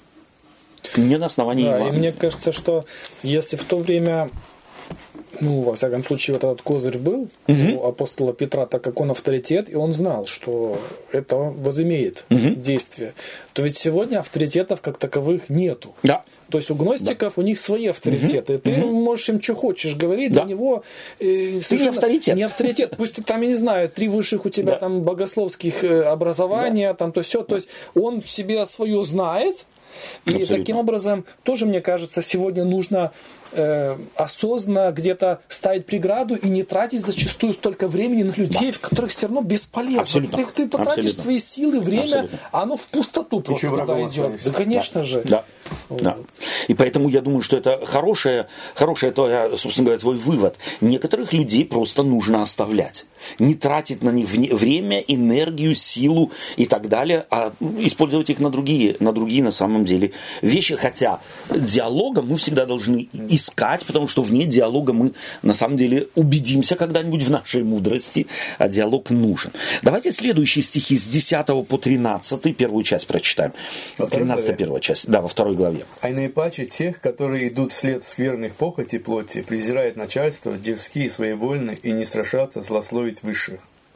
Не на основании да, его. И мне кажется, что если в то время... Ну, во всяком случае, вот этот козырь был угу. у апостола Петра, так как он авторитет, и он знал, что это возымеет угу. действие, то ведь сегодня авторитетов как таковых нету. Да. То есть у гностиков да. у них свои авторитеты. Угу. Ты угу. можешь им что хочешь говорить, да. для него э, ты не авторитет. Не авторитет. Пусть там, я не знаю, три высших у тебя да. там богословских образования, да. там то все. То есть он в себе свое знает, И Абсолютно. таким образом, тоже, мне кажется, сегодня нужно э, осознанно где-то ставить преграду и не тратить зачастую столько времени на людей, да. в которых все равно бесполезно. Абсолютно. Ты, ты потратишь Абсолютно. свои силы, время, Абсолютно. а оно в пустоту просто туда идет. Да, конечно да. же. Да. Вот. Да. И поэтому я думаю, что это хорошая, хорошая твоя, собственно говоря, твой вывод. Некоторых людей просто нужно оставлять. Не тратить на них время, энергию, силу и так далее, а использовать их на другие, на другие на самом деле вещи. Хотя диалога мы всегда должны искать, потому что вне диалога мы на самом деле убедимся когда-нибудь в нашей мудрости, а диалог нужен. Давайте следующие стихи с десятого по тринадцатый, первую часть прочитаем. тринадцатая первая часть, да, во второй главе. «А наипаче тех, которые идут вслед скверных похоти плоти, презирают начальство, дерзкие, своевольны и не страшатся злословить высших.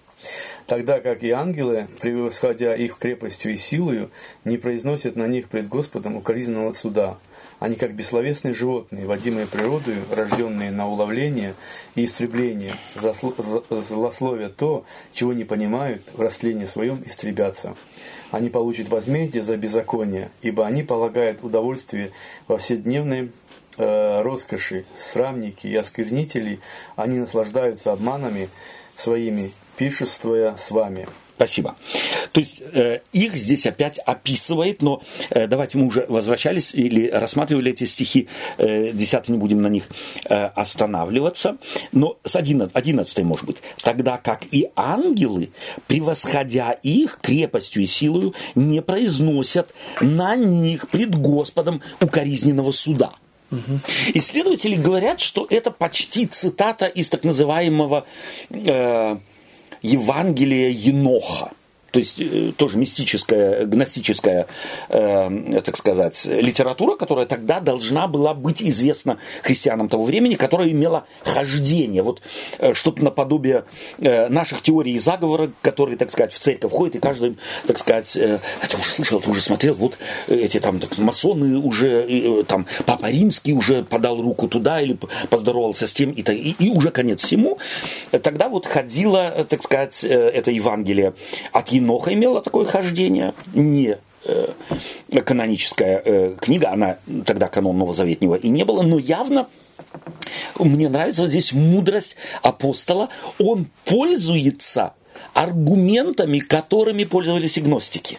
Тогда как и ангелы, превосходя их крепостью и силою, не произносят на них пред Господом укоризненного суда. Они как бессловесные животные, водимые природою, рожденные на уловление и истребление, злословя то, чего не понимают, в растлении своем истребятся. Они получат возмездие за беззаконие, ибо они полагают удовольствие во вседневной э, роскоши, срамники и осквернители, они наслаждаются обманами своими, пиршествуя с вами». Спасибо. То есть э, их здесь опять описывает, но э, давайте мы уже возвращались или рассматривали эти стихи, э, десятый не будем на них э, останавливаться, но с одиннадцатой, может быть. «Тогда как и ангелы, превосходя их крепостью и силою, не произносят на них пред Господом укоризненного суда». Угу. Исследователи говорят, что это почти цитата из так называемого э, Евангелия Еноха. То есть э, тоже мистическая, гностическая, э, так сказать, литература, которая тогда должна была быть известна христианам того времени, которая имела хождение. Вот э, что-то наподобие э, наших теорий заговора, которые, так сказать, в церковь входят, и каждый, так сказать, э, это уже слышал, это уже смотрел, вот эти там так, масоны уже, э, там Папа Римский уже подал руку туда или поздоровался с тем, и, и, и уже конец всему. Тогда вот ходила, так сказать, э, это Евангелие от Еноха, Еноха имела такое хождение, не э, каноническая э, книга, она тогда канон Новозаветнего и не было, но явно мне нравится вот здесь мудрость апостола, он пользуется аргументами, которыми пользовались и гностики,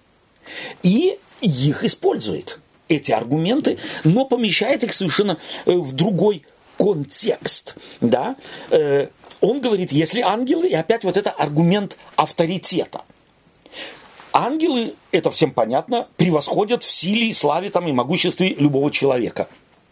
и их использует, эти аргументы, но помещает их совершенно в другой контекст, да. Он говорит, если ангелы, и опять вот это аргумент авторитета. Ангелы, это всем понятно, превосходят в силе, славе там, и могуществе любого человека.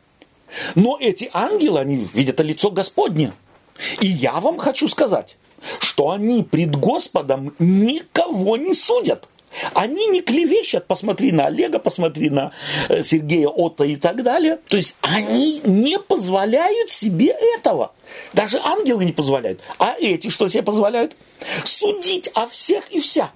Но эти ангелы, они видят лицо Господне. И я вам хочу сказать, что они пред Господом никого не судят. Они не клевещут, посмотри на Олега, посмотри на Сергея Отто и так далее. То есть они не позволяют себе этого. Даже ангелы не позволяют. А эти что себе позволяют? Судить о всех и вся.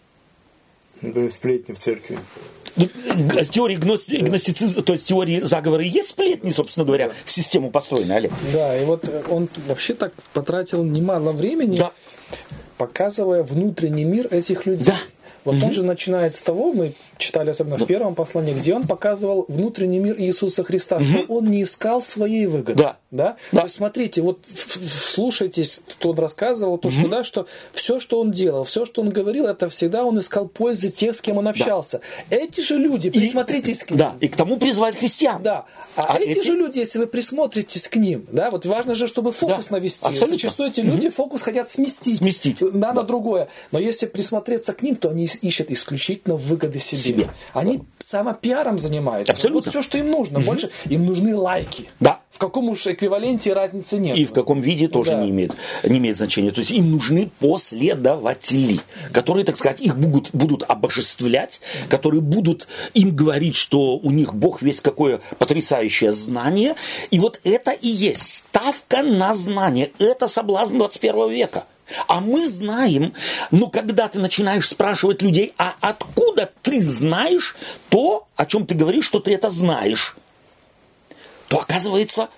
Да, сплетни в церкви. Теории гности, гностицизма, то есть теории заговора и есть сплетни, собственно говоря, в систему построенной, Олег. Да, и вот он вообще так потратил немало времени, да. показывая внутренний мир этих людей. Да. Вот угу. он же начинает с того, мы читали особенно да. в первом послании, где он показывал внутренний мир Иисуса Христа, угу. что он не искал своей выгоды. Да. Да? Да. То есть смотрите, вот вслушайтесь, кто он рассказывал, то, угу. что, да, что все, что он делал, все, что он говорил, это всегда он искал пользы тех, с кем он общался. Да. Эти же люди, присмотритесь и, к ним. Да, и к тому призывают христиан. Да. А, а эти, эти же люди, если вы присмотритесь к ним, да, вот важно же, чтобы фокус да. навести. Абсолютно. Зачастую эти люди угу. фокус хотят сместить. Сместить. На, да. на другое. Но если присмотреться к ним, то они ищут исключительно выгоды себе. себе. Они да. самопиаром занимаются. Абсолютно. Вот все, что им нужно. Угу. Больше им нужны лайки. Да. В каком уж эквиваленте разницы нет. И в каком виде тоже да. не, имеет, не имеет значения. То есть им нужны последователи, которые, так сказать, их будут, будут обожествлять, которые будут им говорить, что у них Бог весь какое потрясающее знание. И вот это и есть ставка на знание. Это соблазн двадцать первого века. А мы знаем, но когда ты начинаешь спрашивать людей, а откуда ты знаешь то, о чем ты говоришь, что ты это знаешь, то оказывается,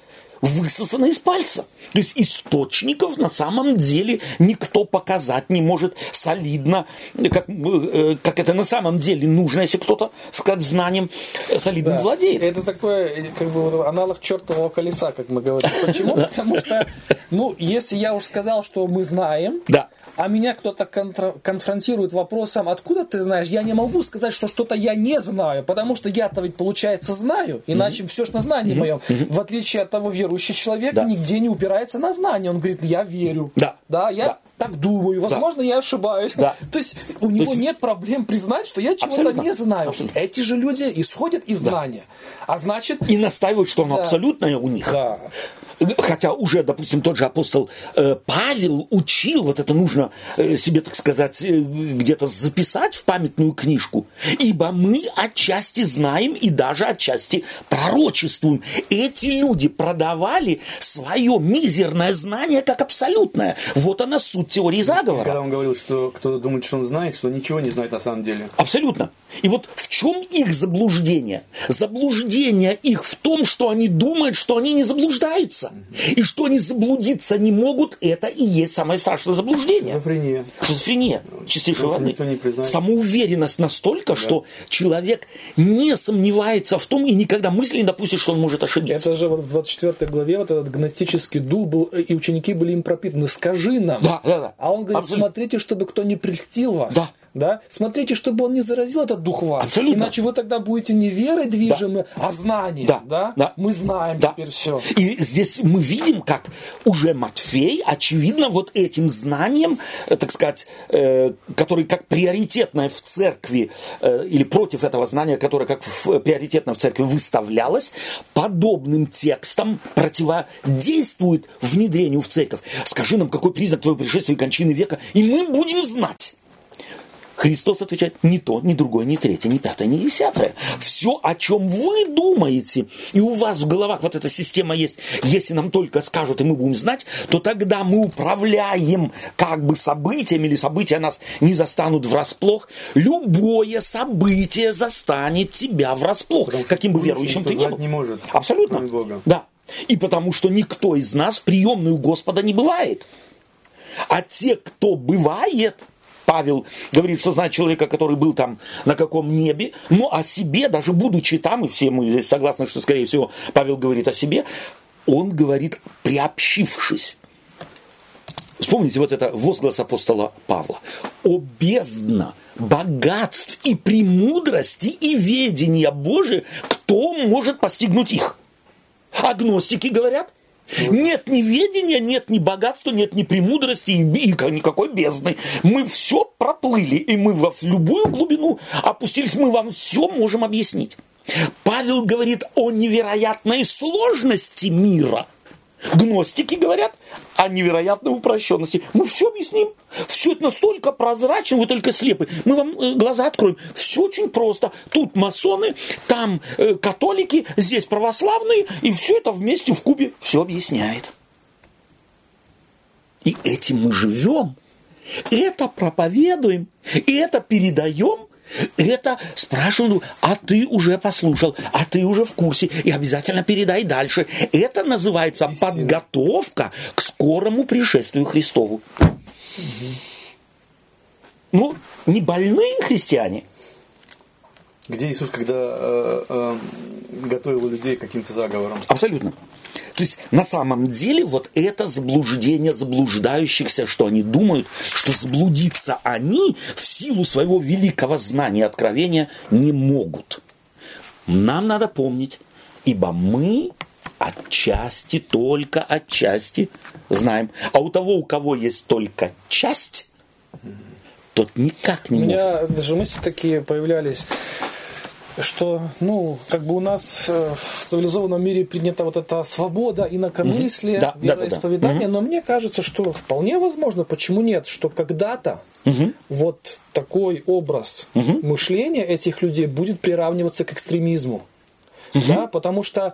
высосано из пальца. То есть источников на самом деле никто показать не может солидно, как, как это на самом деле нужно, если кто-то, сказать, знанием солидным да. владеет. Это такой как бы, вот, аналог чертового колеса, как мы говорим. Почему? Потому что, ну, если я уж сказал, что мы знаем, да. а меня кто-то контр- конфронтирует вопросом, откуда ты знаешь, я не могу сказать, что что-то я не знаю, потому что я-то ведь, получается, знаю, иначе mm-hmm. все же на знании mm-hmm. моем. Mm-hmm. В отличие от того, верующий человек да. нигде не упирается на знание. Он говорит, я верю. Да. Да, я да. так думаю. Возможно, да. я ошибаюсь. Да. То есть у него есть... нет проблем признать, что я чего-то абсолютно. Не знаю. Абсолютно. Эти же люди исходят из да. знания. А значит... И настаивают, что оно да. абсолютное у них. Да. Хотя уже, допустим, тот же апостол э, Павел учил, вот это нужно э, себе, так сказать, э, где-то записать в памятную книжку, ибо мы отчасти знаем и даже отчасти пророчествуем. Эти люди продавали свое мизерное знание как абсолютное. Вот она суть теории заговора. Когда он говорил, что кто-то думает, что он знает, что ничего не знает на самом деле. Абсолютно. И вот в чем их заблуждение? Заблуждение их в том, что они думают, что они не заблуждаются. И что они заблудиться не могут, это и есть самое страшное заблуждение. Шизофрения. Шизофрения. Чистейшей воды. Самоуверенность настолько, да. что человек не сомневается в том и никогда мысли не допустит, что он может ошибиться. Это же вот в двадцать четвёртой главе вот этот гностический дух был, и ученики были им пропитаны. Скажи нам. Да, да, да. А он говорит, абсолютно. Смотрите, чтобы кто не прельстил вас. Да. Да? Смотрите, чтобы он не заразил этот дух вас. Абсолютно. Иначе вы тогда будете не верой движимы, да. а знанием. Да. Да? Да. Мы знаем да. теперь все. И здесь мы видим, как уже Матфей, очевидно, вот этим знанием, так сказать, э, который как приоритетное в церкви, э, или против этого знания, которое как в, приоритетно в церкви выставлялось, подобным текстом противодействует внедрению в церковь. Скажи нам, какой признак твоего пришествия и кончины века, и мы будем знать. Христос отвечает, ни то, ни другое, ни третье, ни пятое, ни десятое. Все, о чем вы думаете, и у вас в головах вот эта система есть, если нам только скажут, и мы будем знать, то тогда мы управляем как бы событиями, или события нас не застанут врасплох. Любое событие застанет тебя врасплох, потому каким бы верующим ты ни был. Не может. Абсолютно. Да. И потому что никто из нас в приемную Господа не бывает. А те, кто бывает... Павел говорит, что знает человека, который был там на каком небе, но о себе, даже будучи там, и все мы здесь согласны, что, скорее всего, Павел говорит о себе, он говорит, приобщившись. Вспомните вот это возглас апостола Павла. «О бездна богатств и премудрости и ведения Божия, кто может постигнуть их?» Агностики говорят, нет ни ведения, нет ни богатства, нет ни премудрости и, и никакой бездны. Мы все проплыли, и мы в любую глубину опустились, мы вам все можем объяснить. Павел говорит о невероятной сложности мира. Гностики говорят о невероятной упрощенности. Мы все объясним. Все это настолько прозрачно, вы только слепы. Мы вам глаза откроем. Все очень просто. Тут масоны, там э, католики, здесь православные. И все это вместе в кубе все объясняет. И этим мы живем. Это проповедуем. И это передаем. Это спрашивают, а ты уже послушал, а ты уже в курсе, и обязательно передай дальше. Это называется истина. Подготовка к скорому пришествию Христову. Угу. Ну, не больные христиане. Где Иисус, когда э, э, готовил людей к каким-то заговорам? Абсолютно. То есть, на самом деле, вот это заблуждение заблуждающихся, что они думают, что заблудиться они в силу своего великого знания и откровения не могут. Нам надо помнить, ибо мы отчасти, только отчасти знаем. А у того, у кого есть только часть, тот никак не может. У меня даже мысли такие появлялись, что, ну, как бы у нас в цивилизованном мире принята вот эта свобода инакомыслия, mm-hmm. да, вероисповедания, да, да, да. Но мне кажется, что вполне возможно, почему нет, что когда-то mm-hmm. вот такой образ mm-hmm. мышления этих людей будет приравниваться к экстремизму. Mm-hmm. Да, потому что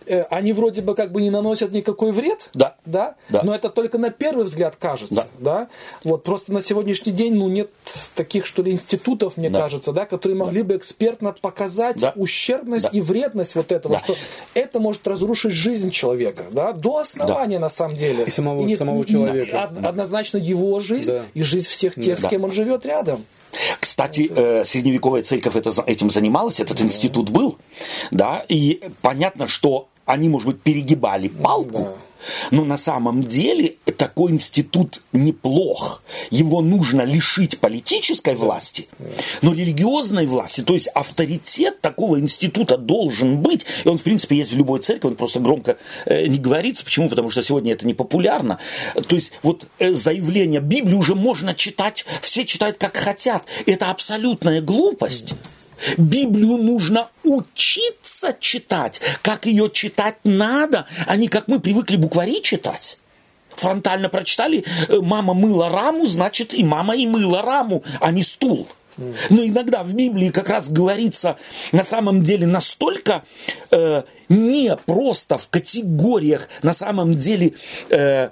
э, они вроде бы как бы не наносят никакой вред, да. Да? Да. Но это только на первый взгляд кажется. Да. Да? Вот просто на сегодняшний день ну, нет таких, что ли, институтов, мне да. кажется, да, которые могли бы экспертно показать да. ущербность да. и вредность вот этого, да. что это может разрушить жизнь человека, да, до основания да. на самом деле. И самого, и не, самого не, человека. Од, однозначно его жизнь да. и жизнь всех тех, да. с кем он живет рядом. Кстати, э, средневековая церковь это, этим занималась, этот да. институт был, да, и понятно, что они, может быть, перегибали палку, да. но на самом деле такой институт неплох. Его нужно лишить политической власти, но религиозной власти, то есть авторитет такого института должен быть, и он, в принципе, есть в любой церкви, он просто громко э, не говорится. Почему? Потому что сегодня это не популярно. То есть вот э, заявление Библии уже можно читать, все читают как хотят. Это абсолютная глупость. Библию нужно учиться читать, как ее читать надо, а не как мы привыкли буквари читать. Фронтально прочитали, мама мыла раму, значит и мама и мыла раму, а не стул. Но иногда в Библии как раз говорится на самом деле настолько э, не просто в категориях, на самом деле э,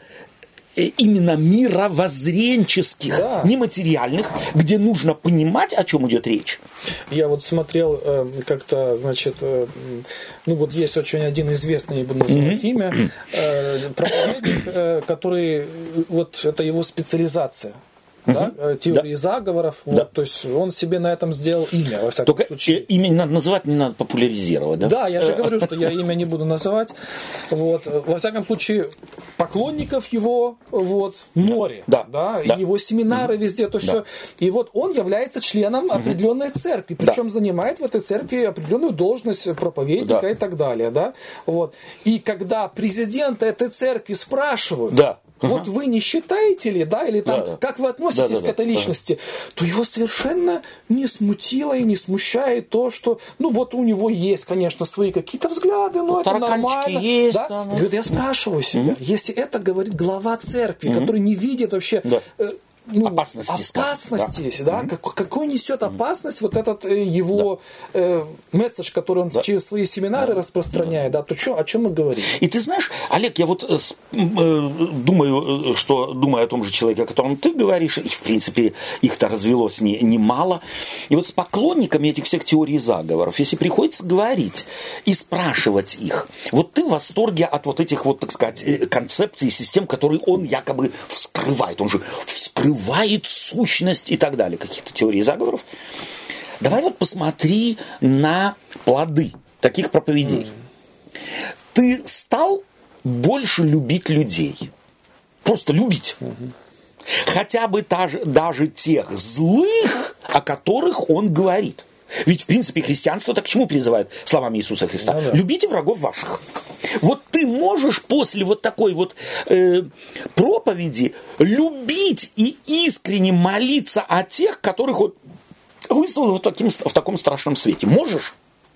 именно мировоззренческих, да. нематериальных, где нужно понимать, о чем идет речь. Я вот смотрел э, как-то, значит, э, ну вот есть очень один известный, не буду называть mm-hmm. имя, э, проповедник, э, который, вот это его специализация. Да, uh-huh. теории да. заговоров, да. Вот, то есть он себе на этом сделал имя, во всяком Только случае. Имя не надо называть, не надо популяризировать, да? Да, я же говорю, что я имя не буду называть. Вот, во всяком случае, поклонников его вот, море, да. Да, Да. его семинары uh-huh. везде, то есть да. все. И вот он является членом uh-huh. определенной церкви, причем да. занимает в этой церкви определенную должность проповедника да. и так далее, да. Вот. И когда президента этой церкви спрашивают, да. Вот uh-huh. вы не считаете ли, да, или там, да, да. как вы относитесь да, да, к этой личности, uh-huh. то его совершенно не смутило и не смущает то, что, ну, вот у него есть, конечно, свои какие-то взгляды, но это нормально. Есть, да? да, Говорит, я спрашиваю себя, uh-huh. если это говорит глава церкви, uh-huh. который не видит вообще... Да. Э, Ну, опасности, опасности скажем, да, да? Как, какой несет опасность вот этот э, его да. э, месседж, который он да. через свои семинары да. распространяет, да, то чё, о чем мы говорим? И ты знаешь, Олег, я вот э, э, думаю, что думаю о том же человеке, о котором ты говоришь, и в принципе их-то развелось не, немало. И вот с поклонниками этих всех теорий заговоров, если приходится говорить и спрашивать их, вот ты в восторге от вот этих вот, так сказать, концепций, систем, которые он якобы вскрывает, он же вскрывает вскрывает сущность и так далее, каких-то теорий заговоров. Давай вот посмотри на плоды таких проповедей. Mm-hmm. Ты стал больше любить людей. Просто любить. Mm-hmm. Хотя бы даже, даже тех злых, о которых он говорит. Ведь, в принципе, христианство так к чему призывает словами Иисуса Христа? Ну, да. Любите врагов ваших. Вот ты можешь после вот такой вот э, проповеди любить и искренне молиться о тех, которых вот выслал в, таким, в таком страшном свете. Можешь?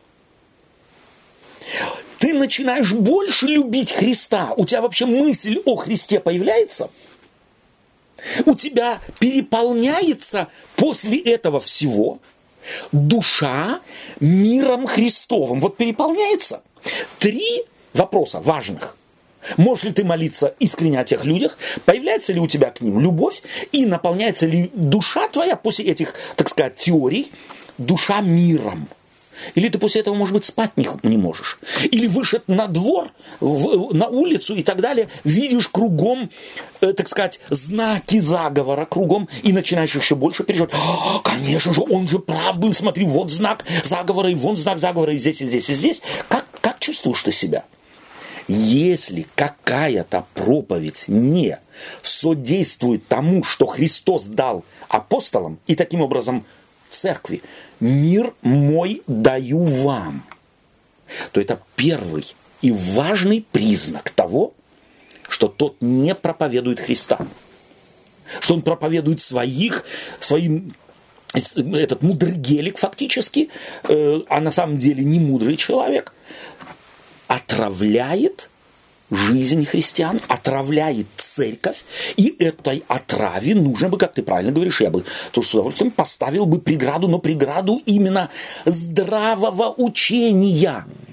Ты начинаешь больше любить Христа. У тебя вообще мысль о Христе появляется? У тебя переполняется после этого всего душа миром Христовым. Вот переполняется. Три вопроса важных. Можешь ли ты молиться искренне о тех людях? Появляется ли у тебя к ним любовь? И наполняется ли душа твоя после этих, так сказать, теорий, душа миром? Или ты после этого, может быть, спать не, не можешь. Или вышел на двор, в, на улицу и так далее, видишь кругом, э, так сказать, знаки заговора кругом, и начинаешь еще больше переживать. Конечно же, он же прав был, смотри, вот знак заговора, и вон знак заговора, и здесь, и здесь, и здесь. Как, как чувствуешь ты себя? Если какая-то проповедь не содействует тому, что Христос дал апостолам, и таким образом церкви, мир мой даю вам, то это первый и важный признак того, что тот не проповедует Христа, что он проповедует своих, своим, этот мудрый гелик фактически, а на самом деле не мудрый человек, отравляет жизнь христиан, отравляет церковь, и этой отраве нужно бы, как ты правильно говоришь, я бы тоже с удовольствием поставил бы преграду, но преграду именно здравого учения.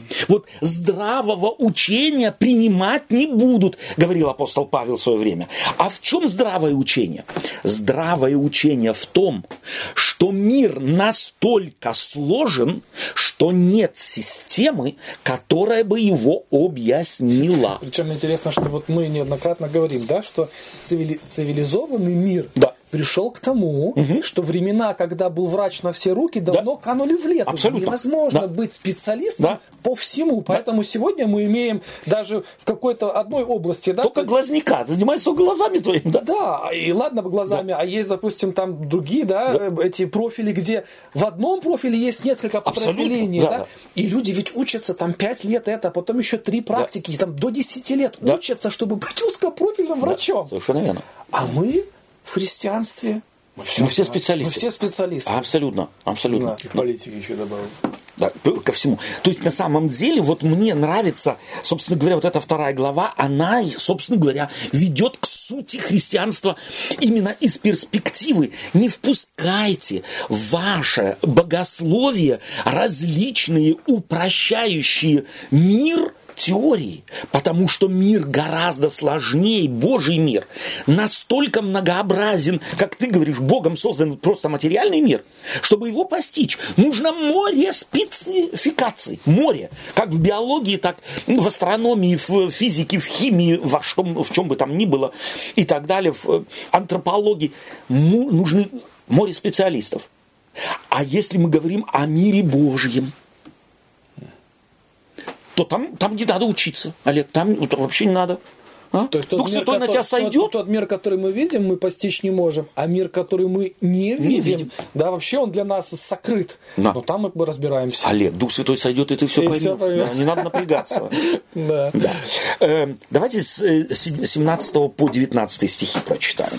Вот здравого учения принимать не будут, говорил апостол Павел в свое время. А в чем здравое учение? Здравое учение в том, что мир настолько сложен, что нет системы, которая бы его объяснила. Причем интересно, что вот мы неоднократно говорим, да, что цивили- цивилизованный мир Да. пришел к тому, угу. что времена, когда был врач на все руки, давно да. канули в лету. Абсолютно. Невозможно да. быть специалистом да. по всему. Поэтому да. сегодня мы имеем даже в какой-то одной области... Да, только глазняка. Ты занимаешься только глазами твоими. Да, да и ладно глазами, да. а есть, допустим, там другие да, да. эти профили, где в одном профиле есть несколько подразделений. Да, да. Да? И люди ведь учатся там пять лет это, а потом еще три практики, да. там до десяти лет да. учатся, чтобы быть узкопрофильным да. врачом. Совершенно верно. А мы... В христианстве мы все, мы все специалисты. Мы все специалисты. Абсолютно, абсолютно. Да, и политики еще добавил. Да, ко всему. То есть, на самом деле, вот мне нравится, собственно говоря, вот эта вторая глава, она, собственно говоря, ведет к сути христианства именно из перспективы. Не впускайте в ваше богословие различные упрощающие мир теории, потому что мир гораздо сложнее, Божий мир настолько многообразен, как ты говоришь, Богом создан просто материальный мир. Чтобы его постичь, нужно море спецификаций, море, как в биологии, так в астрономии, в физике, в химии, во что, в чем бы там ни было и так далее, в антропологии. Нужны море специалистов. А если мы говорим о мире Божьем, то там, там не надо учиться, Олег, там вообще не надо. А? То есть, Дух мир, Святой который, на тебя сойдет. Тот, тот мир, который мы видим, мы постичь не можем, а мир, который мы не, не видим, видим, да, вообще он для нас сокрыт. Да. Но там мы разбираемся. Олег, Дух Святой сойдет, и ты все поймешь. Да, не надо напрягаться. Да. Да. Э, давайте с семнадцатого по девятнадцатый стихи прочитаем.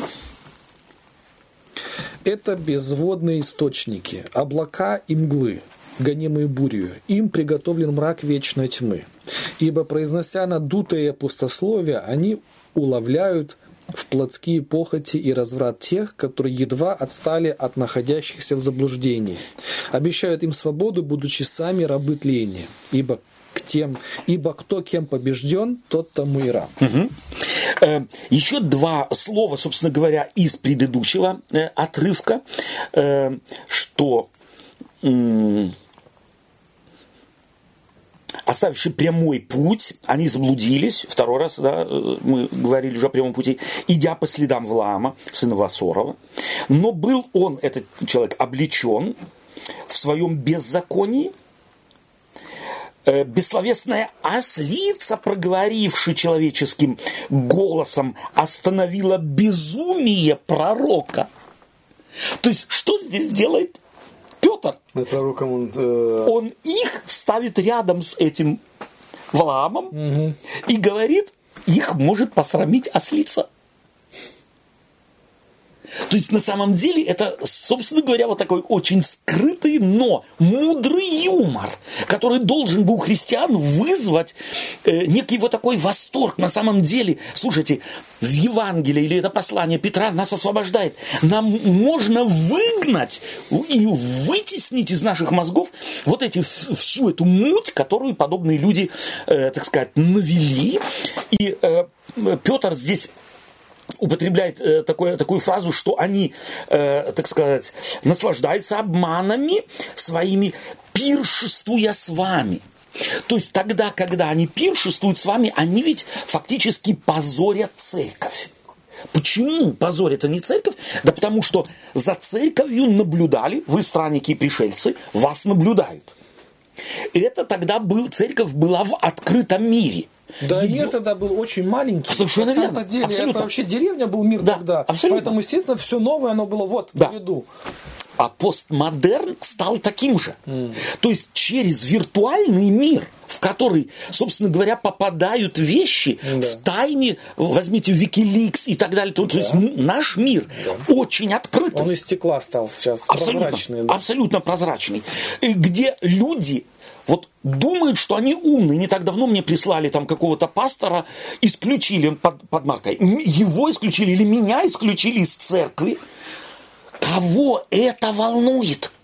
Это безводные источники, облака и мглы, гонимые бурью, им приготовлен мрак вечной тьмы. Ибо, произнося надутое пустословие, они уловляют в плотские похоти и разврат тех, которые едва отстали от находящихся в заблуждении. Обещают им свободу, будучи сами рабы тления. Ибо к тем, ибо кто кем побежден, тот тому и раб. Угу. Э, еще два слова, собственно говоря, из предыдущего э, отрывка, э, что э, оставивши прямой путь, они заблудились, второй раз, да, мы говорили уже о прямом пути, идя по следам Валаама, сына Ваасорова, но был он, этот человек, облечен в своем беззаконии, бессловесная ослица, проговорившая человеческим голосом, остановила безумие пророка. То есть, что здесь делает Петр? Пророком он, э... он их ставит рядом с этим Валаамом угу. и говорит, их может посрамить ослица. То есть, на самом деле, это, собственно говоря, вот такой очень скрытый, но мудрый юмор, который должен был у христиан вызвать э, некий вот такой восторг. На самом деле, слушайте, в Евангелии или это послание Петра нас освобождает. Нам можно выгнать и вытеснить из наших мозгов вот эти, всю эту муть, которую подобные люди, э, так сказать, навели. И э, Петр здесь употребляет э, такое, такую фразу, что они, э, так сказать, наслаждаются обманами своими, пиршествуя с вами. То есть тогда, когда они пиршествуют с вами, они ведь фактически позорят церковь. Почему позорят они церковь? Да потому что за церковью наблюдали, вы странники и пришельцы, вас наблюдают. Это тогда был, церковь была в открытом мире. Да, Ее... мир тогда был очень маленький. Совершенно на самом деле, абсолютно. Это вообще деревня был мир да, тогда. Абсолютно. Поэтому, естественно, все новое, оно было вот да. в виду. А постмодерн стал таким же. Mm. То есть через виртуальный мир, в который, собственно говоря, попадают вещи mm. в тайне, возьмите Wikileaks и так далее. То, yeah. то есть наш мир yeah. очень открытый. Он из стекла стал сейчас абсолютно, прозрачный. Да? Абсолютно прозрачный. Где люди... Вот думают, что они умные. Не так давно мне прислали там какого-то пастора, исключили под, под маркой. Его исключили или меня исключили из церкви. Кого это волнует?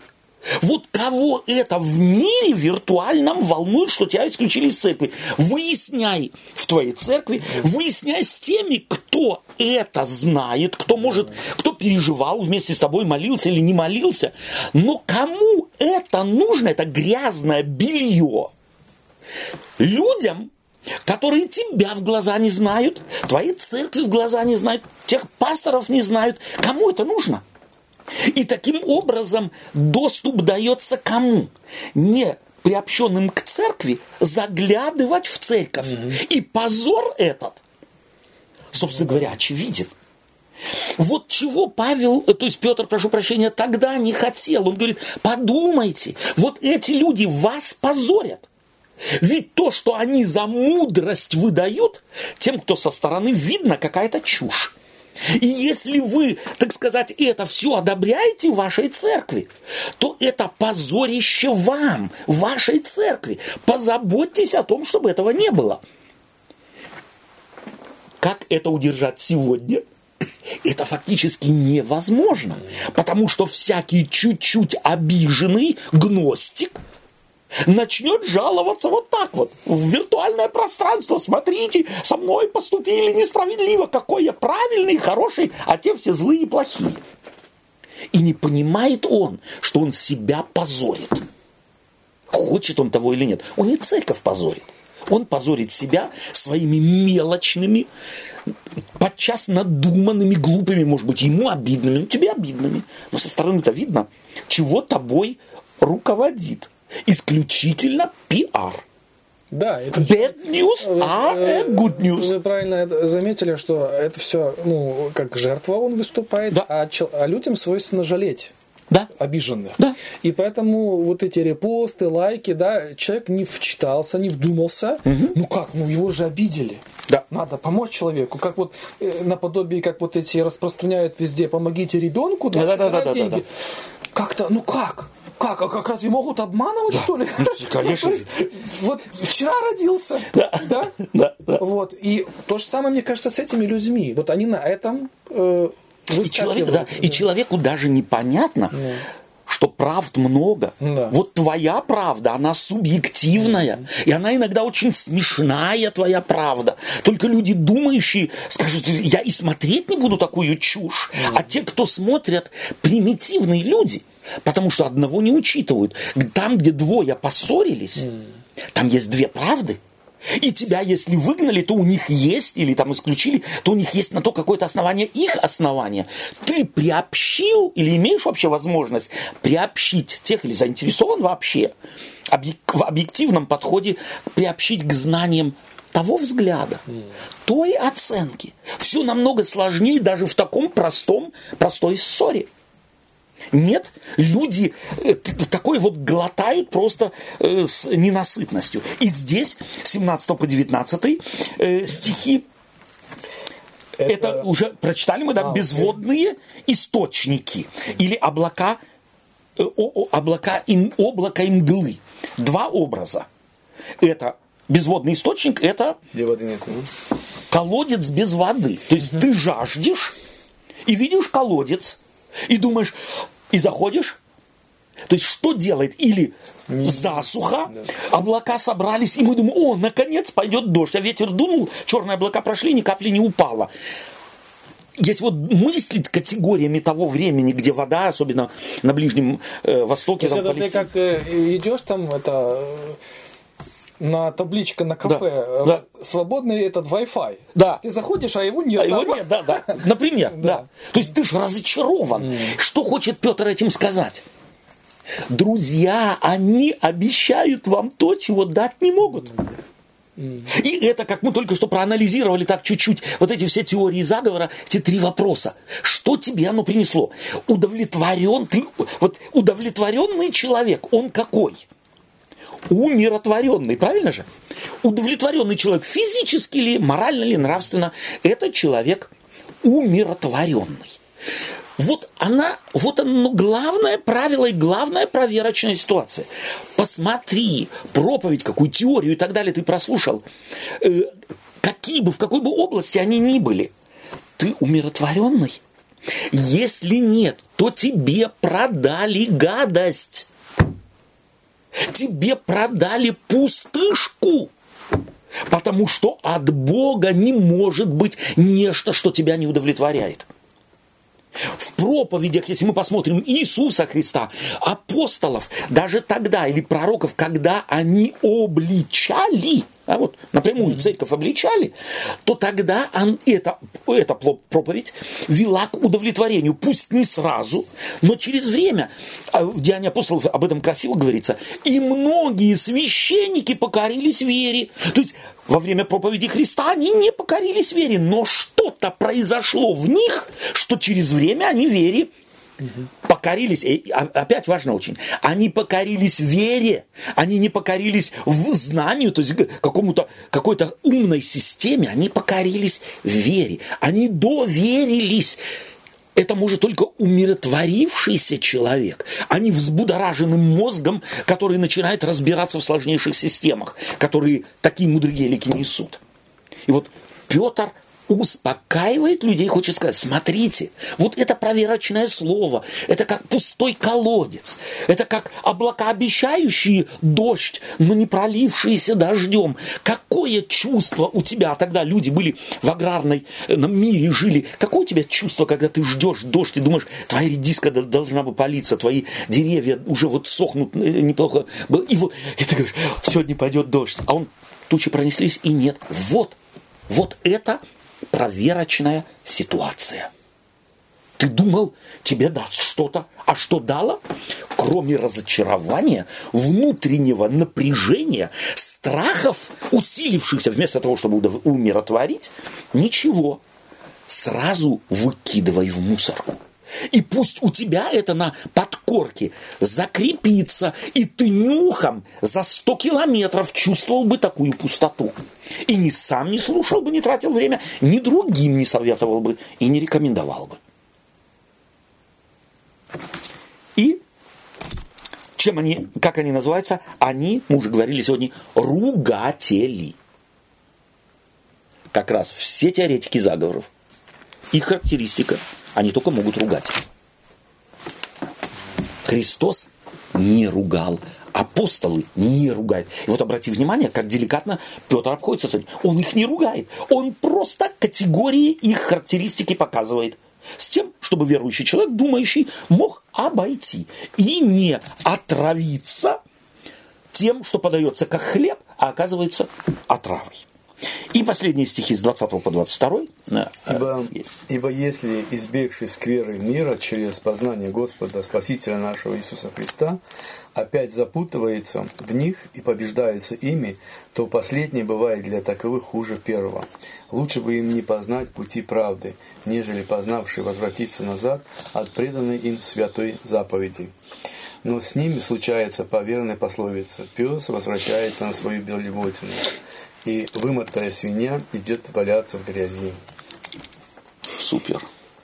Вот кого это в мире виртуальном волнует, что тебя исключили из церкви? Выясняй в твоей церкви, выясняй с теми, кто это знает, кто может, кто переживал вместе с тобой, молился или не молился. Но кому это нужно, это грязное белье? Людям, которые тебя в глаза не знают, твои церкви в глаза не знают, тех пасторов не знают. Кому это нужно? И таким образом доступ дается кому? Не приобщенным к церкви заглядывать в церковь. Mm-hmm. И позор этот, собственно говоря, очевиден. Вот чего Павел, то есть Петр, прошу прощения, тогда не хотел. Он говорит, подумайте, вот эти люди вас позорят. Ведь то, что они за мудрость выдают, тем, кто со стороны, видно какая-то чушь. И если вы, так сказать, это все одобряете в вашей церкви, то это позорище вам, вашей церкви. Позаботьтесь о том, чтобы этого не было. Как это удержать сегодня? Это фактически невозможно, потому что всякий чуть-чуть обиженный гностик начнет жаловаться вот так вот в виртуальное пространство. Смотрите, со мной поступили несправедливо, какой я правильный, хороший, а те все злые и плохие. И не понимает он, что он себя позорит. Хочет он того или нет. Он и церковь позорит. Он позорит себя своими мелочными, подчас надуманными, глупыми, может быть, ему обидными, ну тебе обидными. Но со стороны-то видно, чего тобой руководит. Исключительно пиар. Да, это Bad news are good news. Вы правильно заметили, что это все, ну, как жертва он выступает, да. а, чел- а людям свойственно жалеть. Да. Обиженных. Да. И поэтому вот эти репосты, лайки, да, человек не вчитался, не вдумался. Угу. Ну как, ну его же обидели. Да. Надо помочь человеку. Как вот э, наподобие, как вот эти распространяют везде, помогите ребенку, да, да, да, да, деньги. да, да. Как-то, ну как? Как? А как разве могут обманывать, да. что ли? Конечно. Вот вчера родился. Да. Да? Да, да. Вот. И то же самое, мне кажется, с этими людьми. Вот они на этом э, и, человек, да, и человеку даже непонятно, да. что правд много. Да. Вот твоя правда, она субъективная. Mm-hmm. И она иногда очень смешная, твоя правда. Только люди думающие скажут, я и смотреть не буду такую чушь. Mm-hmm. А те, кто смотрят, примитивные люди. Потому что одного не учитывают. Там, где двое поссорились, mm. там есть две правды. И тебя, если выгнали, то у них есть, или там исключили, то у них есть на то какое-то основание, их основание. Ты приобщил, или имеешь вообще возможность приобщить тех, или заинтересован вообще в объективном подходе, приобщить к знаниям того взгляда, mm. той оценки. Все намного сложнее даже в таком простом, простой ссоре. Нет, люди такой вот глотают просто э, с ненасытностью. И здесь, с семнадцатого по девятнадцатый э, стихи, это... это уже прочитали мы, да, а, безводные окей. источники. Или облака, э, о, облака, им, облака и мглы. Два образа. Это безводный источник, это Где воды нет, да? колодец без воды. То есть угу. ты жаждешь и видишь колодец, и думаешь, и заходишь. То есть что делает? Или не, засуха, да. облака собрались, и мы думаем, о, наконец пойдет дождь. А ветер дунул, черные облака прошли, ни капли не упало. Если вот мыслить категориями того времени, где вода, особенно на Ближнем э, Востоке... То есть это ты как э, идешь там, это... на табличка на кафе, да, да. свободный этот Wi-Fi. Да. Ты заходишь, а его нет. А его нет, да, да. Например, да. да. То есть ты же разочарован. Mm. Что хочет Петр этим сказать? Друзья, они обещают вам то, чего дать не могут. Mm. И это, как мы только что проанализировали так чуть-чуть, вот эти все теории заговора, эти три вопроса. Что тебе оно принесло? Удовлетворен, ты, вот удовлетворенный человек, он какой? Умиротворенный, правильно же? Удовлетворенный человек физически ли, морально ли, нравственно, это человек умиротворенный. Вот она, вот оно главное правило и главная проверочная ситуация. Посмотри, проповедь, какую теорию и так далее ты прослушал, э, какие бы, в какой бы области они ни были, ты умиротворенный? Если нет, то тебе продали гадость. Тебе продали пустышку. Потому что от Бога не может быть нечто, что тебя не удовлетворяет. В проповедях, если мы посмотрим Иисуса Христа, апостолов, даже тогда, или пророков, когда они обличали, а вот напрямую церковь обличали, то тогда он, эта, эта проповедь вела к удовлетворению. Пусть не сразу, но через время. В Деяниях апостолов об этом красиво говорится. И многие священники покорились вере. То есть во время проповеди Христа они не покорились вере, но что-то произошло в них, что через время они вере покорились. И опять важно очень. Они покорились вере, они не покорились в знанию, то есть какому-то, какой-то умной системе, они покорились вере, они доверились. Это может только умиротворившийся человек, а не взбудораженным мозгом, который начинает разбираться в сложнейших системах, которые такие мудрые лики несут. И вот Петр успокаивает людей, хочет сказать, смотрите, вот это проверочное слово, это как пустой колодец, это как облака, обещающие дождь, но не пролившиеся дождем. Какое чувство у тебя, тогда люди были в аграрном мире, жили, какое у тебя чувство, когда ты ждешь дождь и думаешь, твоя редиска должна бы палиться, твои деревья уже вот сохнут неплохо, и вот, и ты говоришь, сегодня пойдет дождь, а он, тучи пронеслись, и нет. Вот, вот это проверочная ситуация. Ты думал, тебе даст что-то, а что дало? Кроме разочарования, внутреннего напряжения, страхов, усилившихся вместо того, чтобы умиротворить, ничего. Сразу выкидывай в мусорку. И пусть у тебя это на подкорке закрепится, и ты нюхом за сто километров чувствовал бы такую пустоту. И ни сам не слушал бы, не тратил время, ни другим не советовал бы и не рекомендовал бы. И чем они, как они называются? Они, мы уже говорили сегодня, ругатели. Как раз все теоретики заговоров, их характеристика, они только могут ругать. Христос не ругал, апостолы не ругают. И вот обрати внимание, как деликатно Петр обходится с этим. Он их не ругает, он просто категории их характеристики показывает. С тем, чтобы верующий человек, думающий, мог обойти и не отравиться тем, что подается как хлеб, а оказывается отравой. И последние стихи с двадцатого по двадцать второй. Ибо, ибо если, избегший скверы мира через познание Господа, Спасителя нашего Иисуса Христа, опять запутывается в них и побеждается ими, то последнее бывает для таковых хуже первого. Лучше бы им не познать пути правды, нежели познавший возвратиться назад от преданной им святой заповеди. Но с ними случается по верной пословице: пес возвращается на свою белевотину, и вымотая свинья идет валяться в грязи. Супер.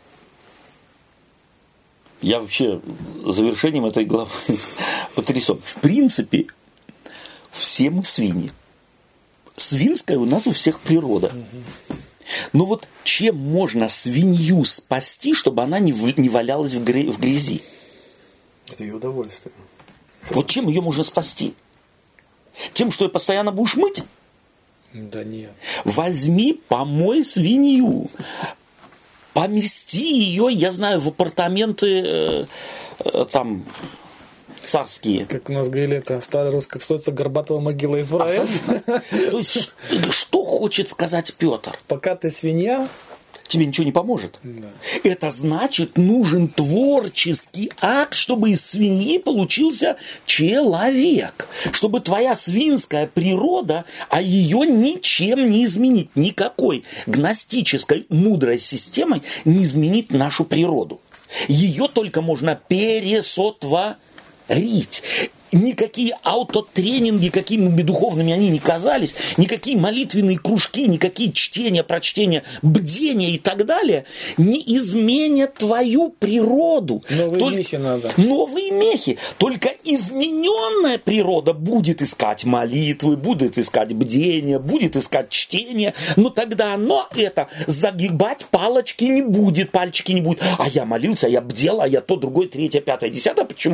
Я вообще завершением этой главы потрясен. В принципе, все мы свиньи. Свинская у нас у всех природа. Но вот чем можно свинью спасти, чтобы она не, в, не валялась в, гря, в грязи? Это ее удовольствие. Вот чем ее можно спасти? Тем, что ее постоянно будешь мыть? Да нет. Возьми, помой свинью. Помести ее, я знаю, в апартаменты э, э, там царские. Как у нас говорили, это старая русская пословица: горбатого могила избрает. То есть, что хочет сказать Петр? Пока ты свинья, тебе ничего не поможет. Да. Это значит, нужен творческий акт, чтобы из свиньи получился человек. Чтобы твоя свинская природа, а ее ничем не изменить. Никакой гностической мудрой системой не изменить нашу природу. Ее только можно пересотворить. Никакие аутотренинги, какими бы духовными они ни казались, никакие молитвенные кружки, никакие чтения, прочтения, бдения и так далее не изменят твою природу. Новые Только... мехи надо. Новые мехи. Только измененная природа будет искать молитвы, будет искать бдения, будет искать чтение, но тогда оно это загибать палочки не будет, пальчики не будет. А я молился, а я бдел, а я то, другое, третье, пятое, десятое. Почему?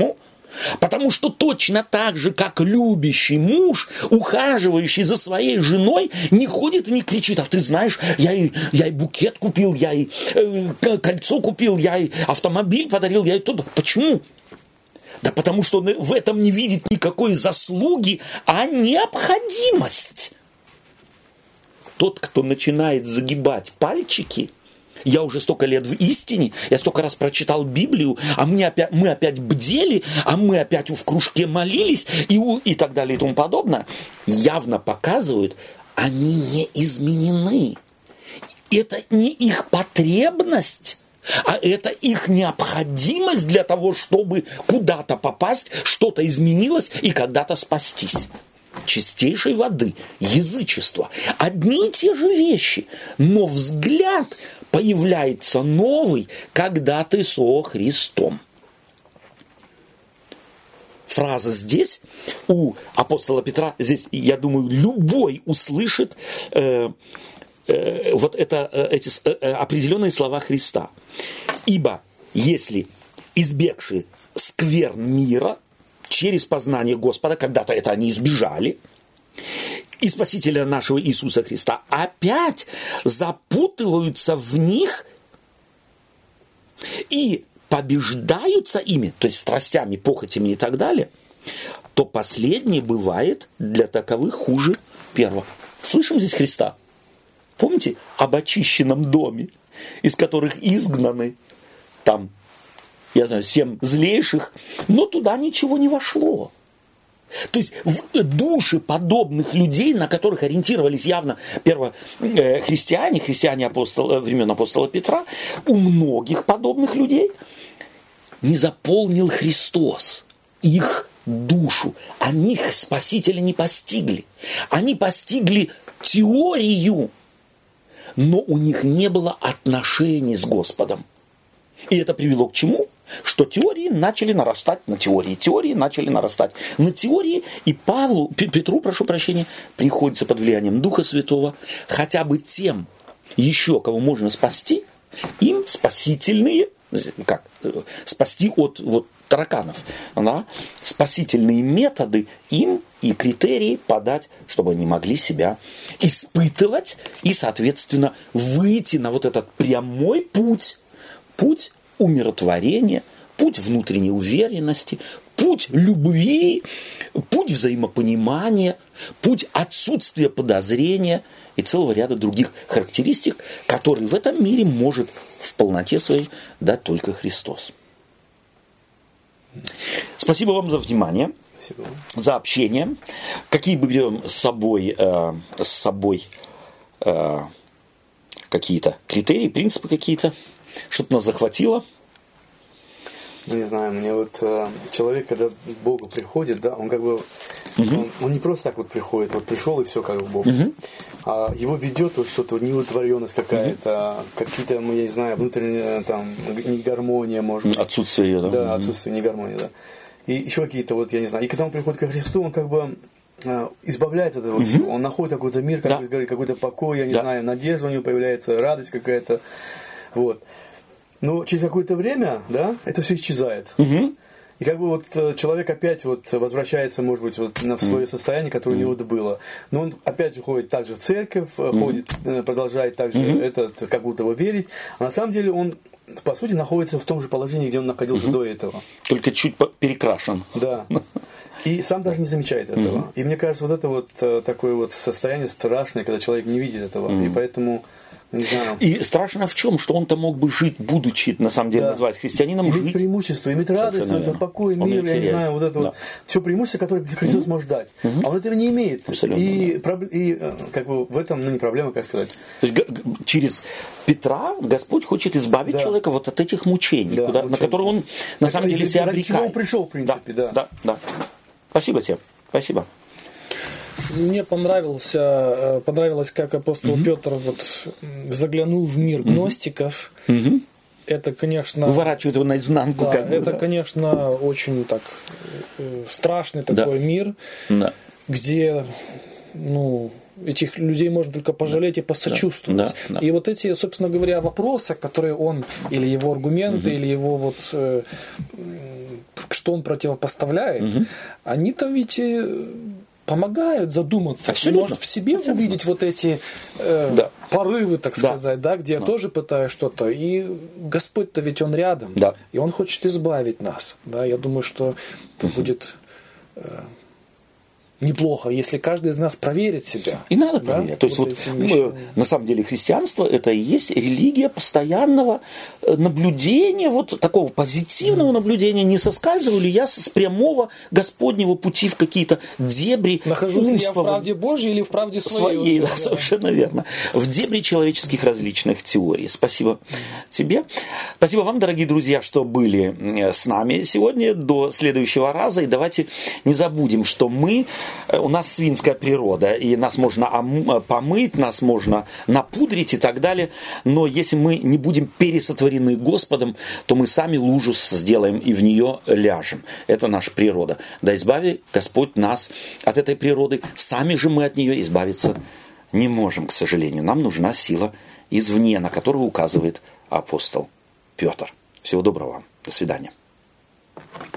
Потому что точно так же, как любящий муж, ухаживающий за своей женой, не ходит и не кричит: а ты знаешь, я и, я и букет купил, я и э, кольцо купил, я и автомобиль подарил, я и то. Почему? Да потому что он в этом не видит никакой заслуги, а необходимость. Тот, кто начинает загибать пальчики, я уже столько лет в истине, я столько раз прочитал Библию, а мы опять, мы опять бдели, а мы опять в кружке молились и, и так далее и тому подобное, явно показывают, они не изменены. Это не их потребность, а это их необходимость для того, чтобы куда-то попасть, что-то изменилось и когда-то спастись. Чистейшей воды, язычество. Одни и те же вещи, но взгляд появляется новый, когда ты со Христом. Фраза здесь у апостола Петра, здесь, я думаю, любой услышит э, э, вот это, э, эти э, определенные слова Христа. Ибо если избегши скверн мира через познание Господа, когда-то это они избежали, и Спасителя нашего Иисуса Христа, опять запутываются в них и побеждаются ими, то есть страстями, похотями и так далее, то последнее бывает для таковых хуже первого. Слышим здесь Христа? Помните об очищенном доме, из которых изгнаны там, я знаю, семь злейших, но туда ничего не вошло. То есть в души подобных людей, на которых ориентировались явно первохристиане, христиане апостола, времен апостола Петра, у многих подобных людей не заполнил Христос их душу. Они Спасителя не постигли. Они постигли теорию, но у них не было отношений с Господом. И это привело к чему? Что теории начали нарастать на теории, теории начали нарастать на теории, и Павлу, Петру, прошу прощения, приходится под влиянием Духа Святого хотя бы тем еще, кого можно спасти, им спасительные, как, спасти от вот, тараканов, да, спасительные методы им и критерии подать, чтобы они могли себя испытывать и, соответственно, выйти на вот этот прямой путь, путь умиротворения, путь внутренней уверенности, путь любви, путь взаимопонимания, путь отсутствия подозрения и целого ряда других характеристик, которые в этом мире может в полноте своей дать только Христос. Спасибо вам за внимание, Спасибо. За общение. Какие бы берем с собой, э, с собой э, какие-то критерии, принципы какие-то, что-то нас захватило? Ну, не знаю, мне вот э, человек, когда к Богу приходит, да, он как бы, угу. он, он не просто так вот приходит, вот пришел и все как бы к Богу, угу. а его ведет вот что-то, неудовлетворенность какая-то, угу. какие-то, я не знаю, внутренняя там, негармония, может быть. Отсутствие ее, да? Да, отсутствие, негармония, да. И еще какие-то вот, я не знаю, и когда он приходит ко Христу, он как бы э, избавляет от этого угу. всего, он находит какой-то мир, как да. какой-то покой, я не да. знаю, надежда у него появляется, радость какая-то, вот. Но через какое-то время, да, это все исчезает. Угу. И как бы вот человек опять вот возвращается, может быть, вот в свое состояние, которое у него было. Но он опять же ходит также в церковь, угу. ходит, продолжает также угу. этот, как будто бы верить. А на самом деле он, по сути, находится в том же положении, где он находился угу. до этого. Только чуть перекрашен. Да. И сам даже не замечает этого. Угу. И мне кажется, вот это вот такое вот состояние страшное, когда человек не видит этого. Угу. И поэтому... Не знаю. И страшно в чем, что он-то мог бы жить, будучи, на самом деле, да. называть христианином, иметь жить. преимущество, иметь радость, это покой, мир, я не знаю, вот это да. вот. Все преимущество, которое Христос угу. может дать. Угу. А он этого не имеет. Абсолютно, и, да. проб... и как бы в этом, ну, не проблема, как сказать. То есть через Петра Господь хочет избавить да. человека вот от этих мучений, да, куда, на которые он, на так, самом деле, себя обрекает. Ради чего он пришел, в принципе, да. Да, да, да. Спасибо тебе. Спасибо. Мне понравился, понравилось, как апостол угу. Петр вот заглянул в мир гностиков. Угу. Это, конечно... Выворачивает его наизнанку. Да, как бы, это, да. конечно, очень так страшный такой да. мир, да. где, ну... этих людей можно только пожалеть да. и посочувствовать. Да. Да. И вот эти, собственно говоря, вопросы, которые он, или его аргументы, угу. или его вот э, что он противопоставляет, угу. они-то ведь помогают задуматься, Абсолютно. Может в себе Абсолютно. увидеть вот эти э, да. порывы, так да. сказать, да, где да. я тоже пытаюсь что-то. И Господь-то ведь Он рядом, да. и Он хочет избавить нас. Да. Я думаю, что это угу. будет э, неплохо, если каждый из нас проверит себя. И надо да? проверять. То есть вот, вот мы, на самом деле христианство это и есть религия постоянного наблюдения, вот такого позитивного mm. наблюдения, не соскальзываю ли я с прямого Господнего пути в какие-то дебри. Нахожусь ли я в правде Божьей или в правде своей? Своей, да, да. совершенно верно. В дебри человеческих различных теорий. Спасибо тебе. Спасибо вам, дорогие друзья, что были с нами сегодня. До следующего раза. И давайте не забудем, что мы у нас свинская природа, и нас можно помыть, нас можно напудрить и так далее, но если мы не будем пересотворены Господом, то мы сами лужу сделаем и в нее ляжем. Это наша природа. Да избави Господь нас от этой природы, сами же мы от нее избавиться не можем, к сожалению. Нам нужна сила извне, на которую указывает апостол Петр. Всего доброго вам. До свидания.